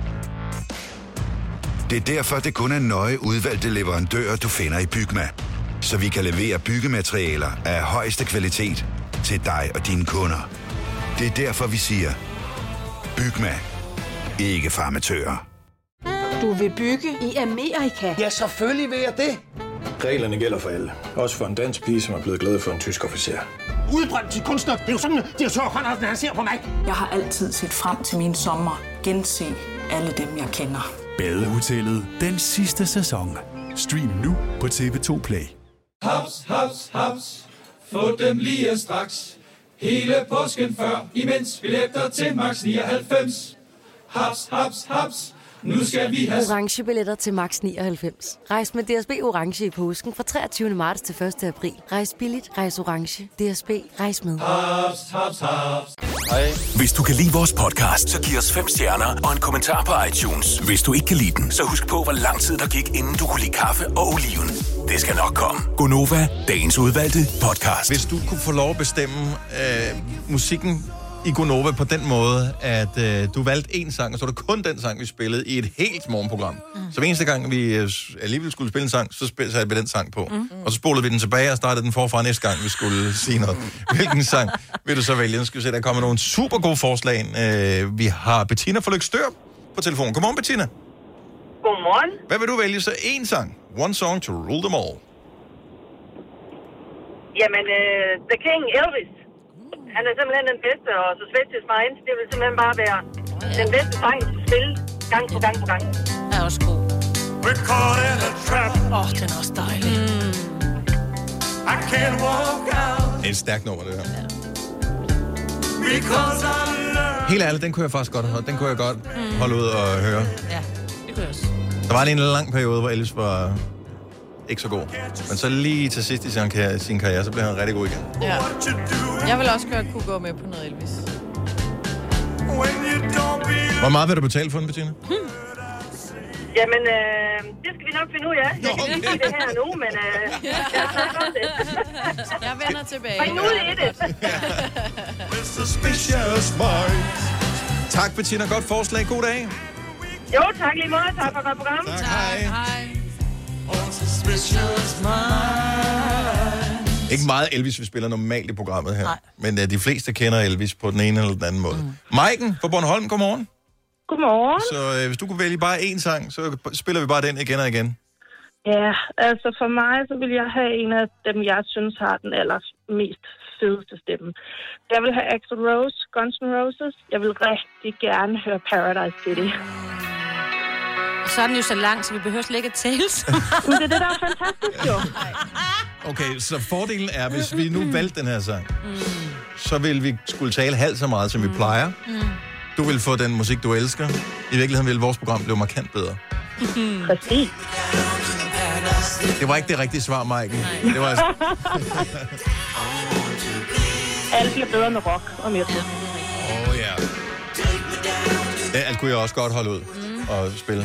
Det er derfor, det kun er nøje udvalgte leverandører, du finder i Bygma. Så vi kan levere byggematerialer af højeste kvalitet til dig og dine kunder. Det er derfor, vi siger, Bygma. Ikke farmatører. Du vil bygge i Amerika? Ja, selvfølgelig vil jeg det. Reglerne gælder for alle. Også for en dansk pige, som er blevet glad for en tysk officer. Udbrændt til kunstner. Det er jo sådan, at direktør Conradsen, han ser på mig. Jeg har altid set frem til min sommer. Gense alle dem, jeg kender. Badehotellet den sidste sæson. Stream nu på TV2 Play. Haps, haps, haps. Få dem lige straks. Hele påsken før, imens billetter til max 99. Haps, haps, haps. Nu skal vi have orange billetter til max 99. Rejs med DSB orange i påsken fra 23. marts til 1. april. Rejs billigt, rejs orange. DSB, rejs med. haps, haps, haps. Hej. Hvis du kan lide vores podcast, så giv os 5 stjerner og en kommentar på iTunes. Hvis du ikke kan lide den, så husk på, hvor lang tid der gik, inden du kunne lide kaffe og oliven. Det skal nok komme. Gonova, dagens udvalgte podcast. Hvis du kunne få lov at bestemme musikken i Gonova på den måde, at du valgte en sang, og så var det kun den sang, vi spillede i et helt morgenprogram. Så eneste gang, vi alligevel skulle spille en sang, så satte vi den sang på. Og så spolede vi den tilbage og startede den forfra næste gang, vi skulle sige noget. Hvilken sang vil du så vælge? Nu skal vi se, der kommer nogle super gode forslag. Vi har Bettina fra Løgstør på telefonen. Godmorgen, Bettina. Godmorgen. Hvad vil du vælge så? En sang. One song to rule them all. Jamen, The King, Elvis. Han er simpelthen den bedste, og så Switch is Mine, det vil simpelthen bare være den bedste sang til at spille gang på gang på gang. Er også god. We're caught in a trap. Den er også dejlig. I can't walk out. Det er et stærkt nummer, det her. Because I love. Helt ærligt, den kunne jeg faktisk godt holde. Den kunne jeg godt holde ud og høre. Ja, det kunne jeg også. Der var lige en lang periode, hvor Elvis var ikke så god. Men så lige til sidst i sin karriere, så blev han rigtig god igen. Ja. Jeg vil også godt kunne gå med på noget Elvis. Hvor meget vil du betale for den, Bettina? Jamen, det skal vi nok finde ud af. Jeg kan ikke sige det her nu, men jeg har sagt det. Jeg vender tilbage. Bring ud i det. Tak, Bettina. Godt forslag. God dag. Jo, tak lige meget. Tak for et godt program. Tak, hej. Ikke meget Elvis, vi spiller normalt i programmet her. Nej. Men de fleste kender Elvis på den ene eller den anden måde. Maiken fra Bornholm, godmorgen. Godmorgen. Så hvis du kunne vælge bare én sang, så spiller vi bare den igen og igen. Ja, altså for mig, så vil jeg have en af dem, jeg synes har den allermest fedeste stemme. Jeg vil have Axl Rose, Guns N' Roses. Jeg vil rigtig gerne høre Paradise City. Så er den jo så lang, så vi behøver slet ikke at tale. Men det er det, der er fantastisk, jo. Okay, så fordelen er, hvis vi nu valgte den her sang, så vil vi skulle tale halvt så meget, som vi plejer. Du vil få den musik, du elsker. I virkeligheden vil vores program blive markant bedre. Præcis. Det var ikke det rigtige svar, Maiken. Det var altså... Alt bliver bedre med rock og metal. Ja. Det kunne jeg også godt holde ud og spille.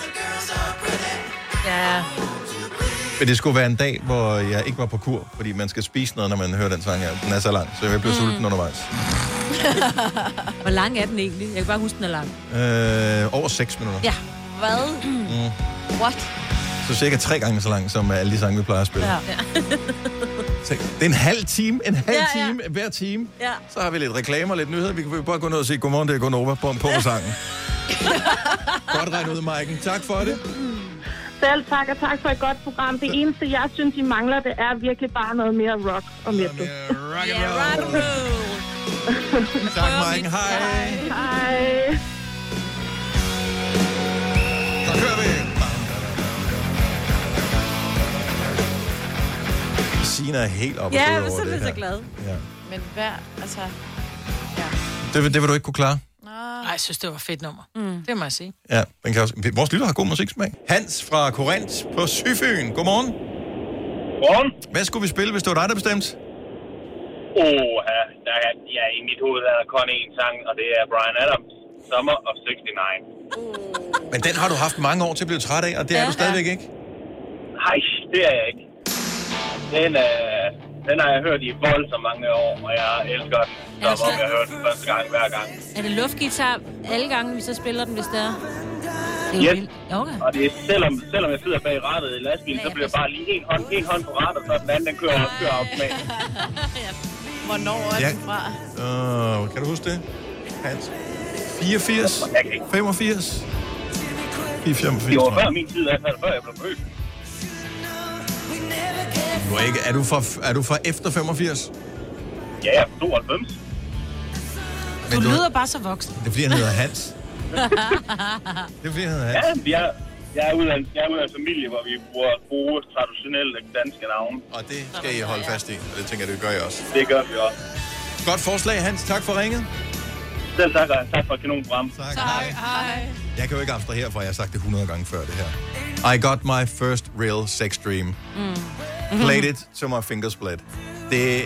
Ja. Men det skulle være en dag, hvor jeg ikke var på kur, fordi man skal spise noget, når man hører den sang her. Den er så lang, så jeg blev sulten undervejs. Hvor lang er den egentlig? Jeg kan bare huske, den er lang. Over 6 minutter. Ja. Hvad? What? Så cirka 3 gange så lang, som alle de sange, vi plejer at spille. Ja. Det er en halv time hver time. Ja. Så har vi lidt reklamer, lidt nyheder. Vi kan bare gå ned og sige, godmorgen, det er Gonova på sangen. Godt regnet ud, Maiken. Tak for det. Selv tak, og tak for et godt program. Det eneste, jeg synes, I mangler, det er virkelig bare noget mere rock og metal. Rock and roll. Tak, Maiken. Hej. Hej. Så kører vi. Sina er helt oppe ja, over det her. Ja, så bliver så glad. Ja. Men hvad, altså... Ja. Det vil du ikke kunne klare? Nej, jeg synes, det var et fedt nummer. Det må jeg sige. Ja, den kan også... Vores lytter har god musiksmag. Hans fra Korinth på Syfyn. Godmorgen. Godmorgen. Hvad skulle vi spille, hvis det var dig, der bestemte? Ja, i mit hoved er der kun én sang, og det er Bryan Adams, Summer of 69. Men den har du haft mange år til at blive træt af, og det er du stadigvæk ikke? Nej, det er jeg ikke. Den har jeg hørt i voldsomt mange år, og jeg elsker den, som om jeg har hørt den første gang hver gang. Er det luftgitar alle gange, vi så spiller den, hvis det er? Yes. Okay. Og det er, selvom jeg sidder bag rattet i lastbilen, så bliver jeg bare lige en hånd på rattet, så den anden den kører automatisk. Hvornår er den fra? Kan du huske det, Hans? 84? 85? 84. Det var før min tid, altså før jeg blev født. Er du fra efter 85? Ja, jeg er fra 92. Du lyder bare så voksen. Det er fordi, han hedder Hans. Ja, jeg er ude af en familie, hvor vi bruger gode, traditionelle danske navne. Og det skal I holde fast i, og det tænker jeg, det gør I også. Det gør vi også. Godt forslag, Hans. Tak for ringet. Selv tak, og tak for et kanonprogram. Tak. Hej. Jeg kan jo ikke abstrahere herfra, jeg har sagt det 100 gange før, det her. I got my first real sex dream. Played it to my fingers bled. Det...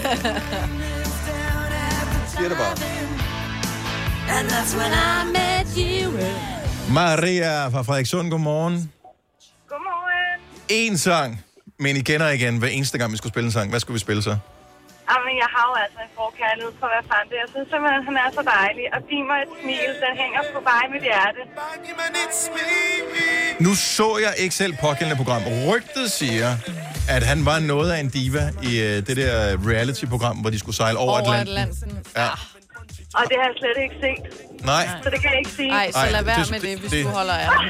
siger det bare. And that's when I met you. Maria fra Frederikssund, godmorgen. Godmorgen. En sang, men igen og igen, hver eneste gang, vi skulle spille en sang. Hvad skulle vi spille så? Jamen, jeg har jo altså en forkærlighed for hvad fanden det. Jeg synes simpelthen, han er så dejlig. Og giv mig et smil, der hænger på vej i mit hjerte. Nu så jeg ikke selv pågældende program. Rygtet siger, at han var noget af en diva i det der reality-program, hvor de skulle sejle over Atlanten. Ja. Og det har jeg slet ikke set. Nej. Så det kan jeg ikke sige. Nej, så lad være med det, hvis du holder af ham.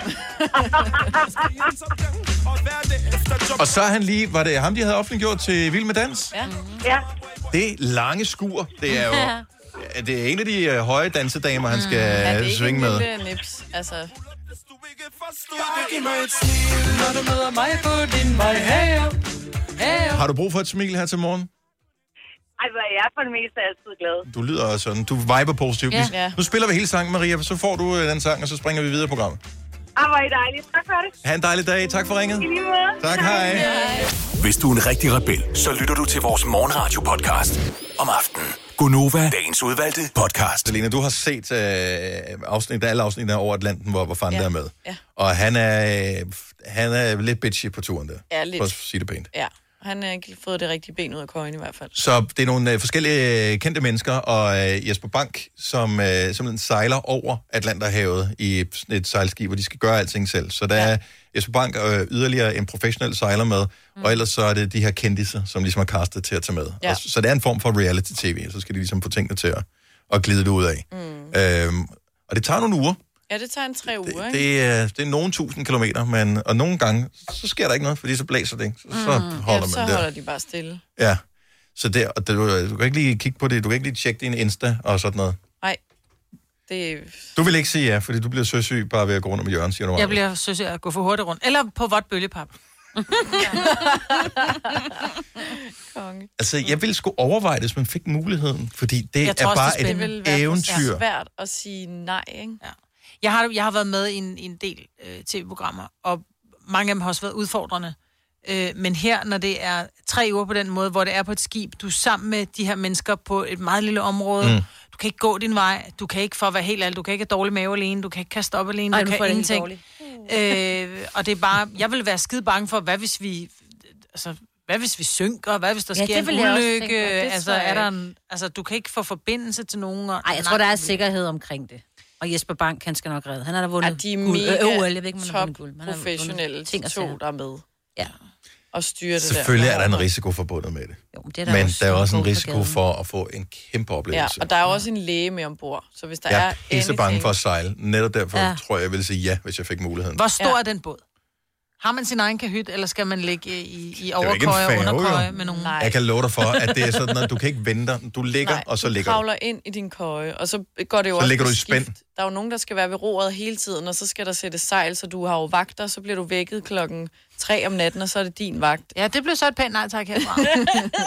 Og så er han lige... Var det ham, de havde offentliggjort til Vild med Dans? Ja. Det lange skur, det er jo... Det er en af de høje dansedamer, han skal svinge med. Det er ikke en lille nips, altså... Har du brug for et smil her til morgen? Altså, jeg er for det meste altid glad. Du lyder sådan. Du viber positivt. Ja. Nu spiller vi hele sangen, Maria, så får du den sang, og så springer vi videre i programmet. Hvor er I dejligt. Tak for det. Ha' en dejlig dag. Tak for ringet. I lige måde. Tak, hej. Hvis du er en rigtig rebel, så lytter du til vores morgenradio-podcast om aftenen. Gonova, dagens udvalgte podcast. Selina, du har set alle afsnit over Atlanten, hvor Fanta er med. Ja. Og han er lidt bitchy på turen der. Ja, lidt. For at sige det pænt. Ja. han har ikke fået det rigtige ben ud af køjen i hvert fald. Så det er nogle forskellige kendte mennesker, og Jesper Bank, som simpelthen sejler over Atlanterhavet i et sejlskib, hvor de skal gøre alting selv. Så der er Jesper Bank og yderligere en professionel sejler med, og ellers så er det de her kendiser, som ligesom er castet til at tage med. Ja. Så det er en form for reality-tv, så skal de ligesom få tingene til at glide det ud af. Og det tager nogle uger. Ja, det tager 3 uger, ikke? Det er nogle 1000 kilometer, men og nogle gange, så sker der ikke noget, fordi så blæser det, ikke? Så holder man så der. holder de bare stille. Ja, så du kan ikke lige kigge på det, du kan ikke lige tjekke din Insta og sådan noget. Nej, det... Du vil ikke sige ja, fordi du bliver søsyg bare ved at gå rundt om Jørgen, siger du. Jeg bliver søsyg at gå for hurtigt rundt. Eller på vådt bølgepap. Altså, jeg ville sgu overveje det, hvis man fik muligheden, fordi det er bare et eventyr. Det er svært at sige nej, ikke? Ja. Jeg har været med i en del tv-programmer, og mange af dem har også været udfordrende. Men her, når det er 3 uger på den måde, hvor det er på et skib, du er sammen med de her mennesker på et meget lille område, du kan ikke gå din vej, du kan ikke, for at være helt ærlig, du kan ikke have dårlig mave alene, du kan ikke kaste op alene, du kan ingenting. Og det er bare, jeg vil være skide bange for, hvad hvis vi synker, hvad hvis der sker en ulykke, du kan ikke få forbindelse til nogen. Nej, jeg tror, der er sikkerhed omkring det. Og Jesper Bank, han skal nok redde. Han har da vundet de mega professionelle to, der er med. Ja. Og styre det der. Selvfølgelig er der en risiko forbundet med det. Jo, det men der er også en risiko for at få en kæmpe oplevelse. Ja, og der er også en læge med ombord. Så hvis der jeg er pisse bange for at sejle. Netop derfor tror jeg ville sige ja, hvis jeg fik muligheden. Hvor stor er den båd? Har man sin egen kahyt, eller skal man ligge i overkøje og underkøje med nogen? Jeg kan love dig for, at det er sådan, at du kan ikke vente. Du ligger, og så ligger du. kravler ind i din køje, og så går det jo også ligger du i spænd. Der er jo nogen, der skal være ved roret hele tiden, og så skal der sættes sejl, så du har jo vagter, så bliver du vækket 3 om natten, og så er det din vagt. Ja, det blev så et pænt nej tak herfra. Det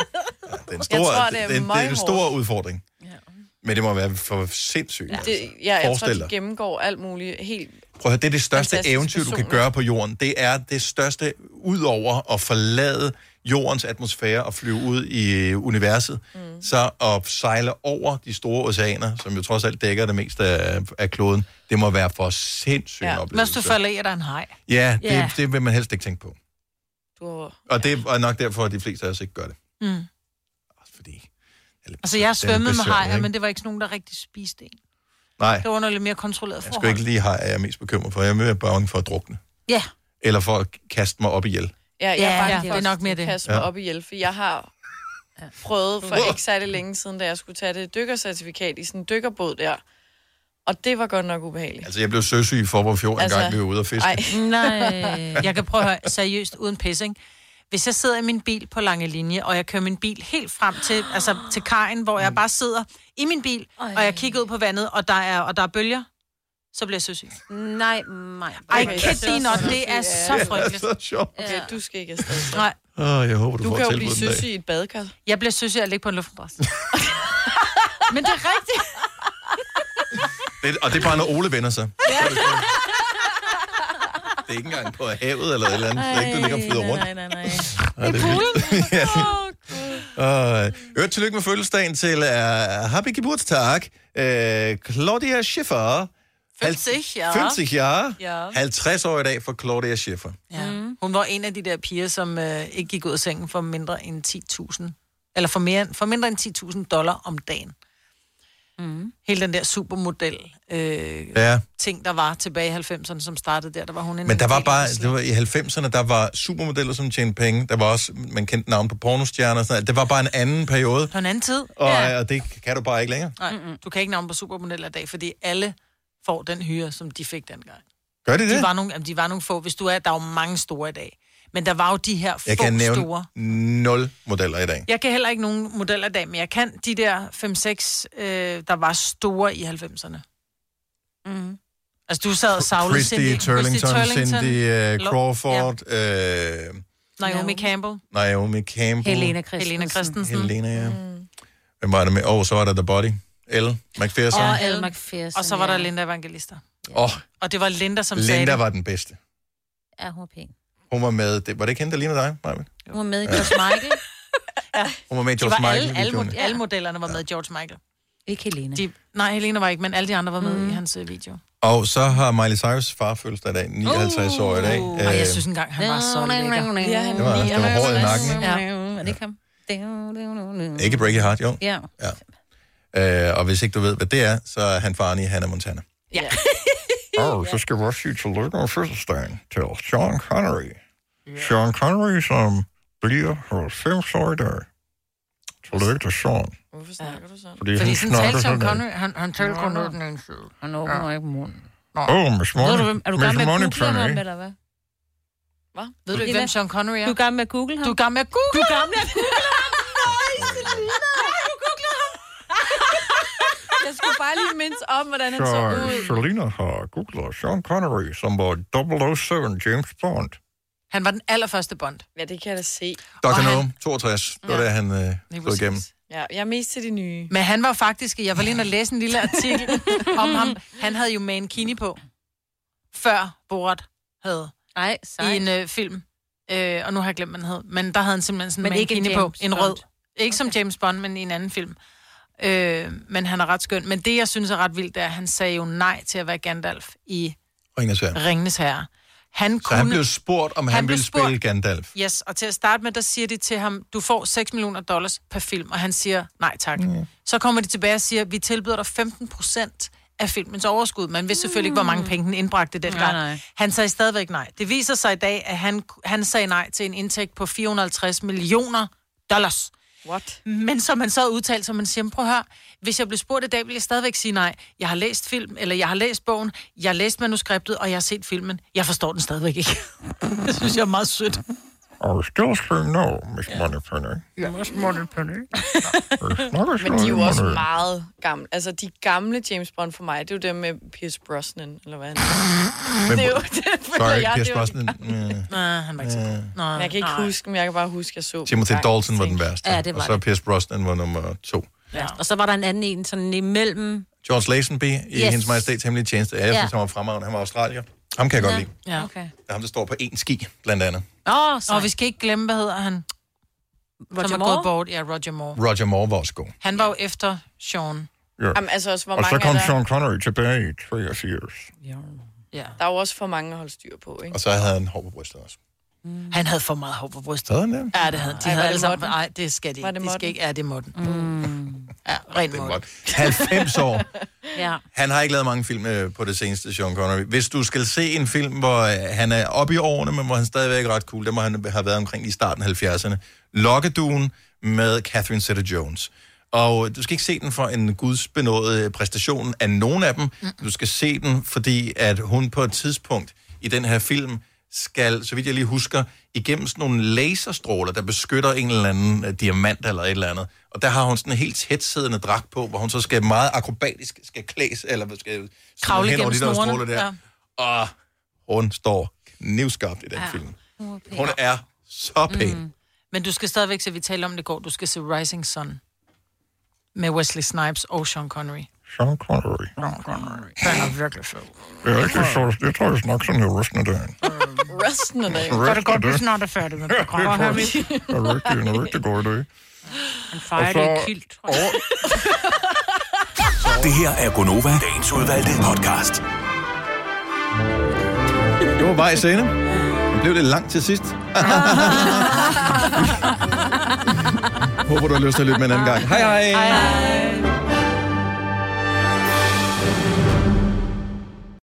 er en stor udfordring. Ja. Men det må være for sindssygt. Ja, jeg tror, de gennemgår alt muligt helt... Prøv at høre, det er det største eventyr, du kan gøre på jorden. Det er det største, udover at forlade jordens atmosfære og flyve ud i universet, så at sejle over de store oceaner, som jo trods alt dækker det meste af kloden, det må være for sindssygt en oplevelse. Hvis du falder i, er der en haj. Ja, det vil man helst ikke tænke på. Og det er nok derfor, at de fleste af os ikke gør det. Fordi... Altså, jeg har svømmet med hajer, men det var ikke nogen, der rigtig spiste en. Nej. Det var noget lidt mere kontrolleret forhold. Jeg skulle ikke lige have, jeg er mest bekymret for. Jeg er mere bange for at drukne. Ja. Eller for at kaste mig op ihjel. Ja, jeg er bange for det er nok mere det. At kaste mig op ihjel, for jeg har prøvet for ikke særlig længe siden, da jeg skulle tage det dykkercertifikat i sådan en dykkerbåd der. Og det var godt nok ubehageligt. Altså, jeg blev søsyg i Fåborg Fjord en gang, vi var ude at fiske. Nej. Jeg kan prøve at høre seriøst uden pissing. Hvis jeg sidder i min bil på lange linje, og jeg kører min bil helt frem til kajen, hvor jeg bare sidder i min bil, og jeg kigger ud på vandet, og der er bølger, så bliver jeg søsyg. Nej. Ej, kæft not, det er så frygteligt. Det er så sjovt. Okay, du skal ikke afsted. Nej. Jeg håber, du får kan jo blive søsyg i et badekar. Jeg bliver søsyg af at ligge på en luftmadras. Men det er rigtigt. Og det er bare, når Ole vender sig. Ja. Det er ikke engang på havet eller et eller andet. Det er ikke, du ligger og flyder rundt. Nej. I poolen? Tillykke med fødselsdagen til Happy Geburtstag, Claudia Schiffer. 50 år. Ja. 50 år i dag for Claudia Schiffer. Ja. Hun var en af de der piger, som ikke gik ud af sengen for mindre end 10.000. Eller for mindre end $10.000 om dagen. Hele den der supermodel ting, der var tilbage i 90'erne, som startede der var hun en. Men der var bare, det var i 90'erne, der var supermodeller, som tjente penge. Der var også, man kendte navn på pornostjerner og sådan noget. Det var bare en anden periode. På en anden tid. Og det kan du bare ikke længere. Nej, du kan ikke navn på supermodeller i dag, fordi alle får den hyre, som de fik dengang. Gør de det? De var nogle få. Hvis du er, der er jo mange store i dag. Men der var jo de her få store. Jeg kan nævne 0 modeller i dag. Jeg kan heller ikke nogen modeller i dag, men jeg kan de der 5-6, der var store i 90'erne. Altså, du sad og savlede Christy Turlington, Cindy Crawford, Naomi Campbell. Helena Christensen. Ja. Hvem var der med? Så var der The Body. Elle McPherson. Og så var der Linda Evangelista. Og det var Linda, som sagde det. Linda var den bedste. Ja, hun var pæn. Hun var med... Var det ikke hende, der lignede dig, Maja? Hun var med i George Michael. Hun var med i George Michael. Alle modellerne var med i George Michael. Ikke Helena. Nej, Helena var ikke, men alle de andre var med i hans video. Og så har Miley Cyrus far fødselsdag i dag, 59 år i dag. Og jeg synes engang, han var så lækker. Det var håret i nakken, ikke? Ja, det kan. Ikke Break Your Heart, jo. Ja. Og hvis ikke du ved, hvad det er, så er han faren i Hannah Montana. Ja. Så skal vi også sige tillykke med fødselsdagen til Sean Connery. Sean Connery, som bliver 90 år i dag. Tillykke til Sean. Hvorfor snakker du sådan? Fordi sådan talte Sean Connery, han talte kun ud den ene side. Han åbner ikke munden. Miss Money. Er du gang med at google ham, eller hvad? Hvad? Ved du ikke, hvem Sean Connery er? Du er gang med at google ham? Du er gang med at google ham? Jeg skulle bare lige mindes om, hvordan han så ud. Selina har googlet Sean Connery, som var 007 James Bond. Han var den allerførste Bond. Ja, det kan jeg da se. Dr. No, 62. Det var det, han stod igennem. Ja, jeg er mest til de nye. Men han var faktisk, jeg var lige inde og læse en lille artikel om ham. Han havde jo mankini på, før Borat havde i en film. Og nu har jeg glemt, hvad han hed. Men der havde han simpelthen sådan en mankini på. En rød. Ikke som James Bond, men i en anden film. Men han er ret skøn. Men det, jeg synes er ret vildt, er, at han sagde jo nej til at være Gandalf i Ringenes Herre. Han blev spurgt, om han ville spille Gandalf. Yes, og til at starte med, der siger de til ham, du får $6 millioner per film, og han siger, nej tak. Så kommer de tilbage og siger, vi tilbyder dig 15% af filmens overskud. Man vidste selvfølgelig ikke, hvor mange penge den indbragte dengang. Nej. Han sagde stadigvæk nej. Det viser sig i dag, at han sagde nej til en indtægt på $450 millioner. What? Men som man så udtalte, så man siger, prøv at høre, hvis jeg blev spurgt i dag, vil jeg stadigvæk sige nej. Jeg har læst film, eller jeg har læst bogen, jeg har læst manuskriptet, og jeg har set filmen. Jeg forstår den stadigvæk ikke. Det synes jeg er meget sødt. Og still say no, Miss Moneypenny. Ja, Miss Moneypenny. Men de er jo også meget gamle. Altså, de gamle James Bond for mig, det er jo dem med Pierce Brosnan, eller hvad han er. Det er jo det, sorry, Pierce Brosnan. Nej, han var ikke så god. Jeg kan ikke huske, men jeg kan bare huske, at jeg så... Timothy Dalton var den værste. Ja, det var og så Pierce Brosnan var nummer 2. Ja. Og så var der en anden en, sådan imellem... George Lazenby i Hendes Majestæts Hemmelige Tjeneste. Jeg synes, han var fremragende. Han var australier. Ham kan jeg godt lide. Ja, okay. Det er ham, der står på en ski, blandt andet. Og vi skal ikke glemme, hvad hedder han? Roger Moore? Bort. Ja, Roger Moore. Roger Moore var også god. Han var jo efter Sean. Ja. Jamen, altså også, hvor og mange så kom Sean Connery tilbage i 83. Ja. Der er jo også for mange at holde styr på, ikke? Og så havde han hår på brystet også. Han havde for meget hår på brystet. Havde han det? Ja, det havde de. Havde alle sammen. Nej, det skal de ikke. De skal ikke. Ja, det er måtten. Ja, rent måtten. 90 år. Ja. Han har ikke lavet mange film på det seneste, Sean Connery. Hvis du skal se en film, hvor han er oppe i årene, men hvor han stadigvæk er ret cool, der må han have været omkring i starten af 70'erne. Lokkeduen med Catherine Zeta-Jones. Og du skal ikke se den for en gudsbenådet præstation af nogen af dem. Du skal se den, fordi at hun på et tidspunkt i den her film skal, så vidt jeg lige husker, igennem sådan nogle laserstråler, der beskytter en eller anden diamant eller et eller andet. Og der har hun sådan en helt tætsiddende dragt på, hvor hun så skal meget akrobatisk skal klæs, eller skal kravle hen over de der stråler der. Ja. Og hun står knivskarpt i den film. Hun er så pæn. Men du skal stadigvæk se, vi taler om det i går, du skal se Rising Sun med Wesley Snipes og Sean Connery. Sean Connery. Den er virkelig fed. Det er ikke så, det tror jeg snakker sådan her resten af dagen. Resten af dagen? Gør det godt, du snart er færdig med programmet. Det er en rigtig god idé. Han fejrer det i kilt. Det her er Gonova, dagens udvalgte podcast. Det var vej scene. Det blev lidt langt til sidst. Håber, du har lyst til at lytte med en anden gang. Hej hej!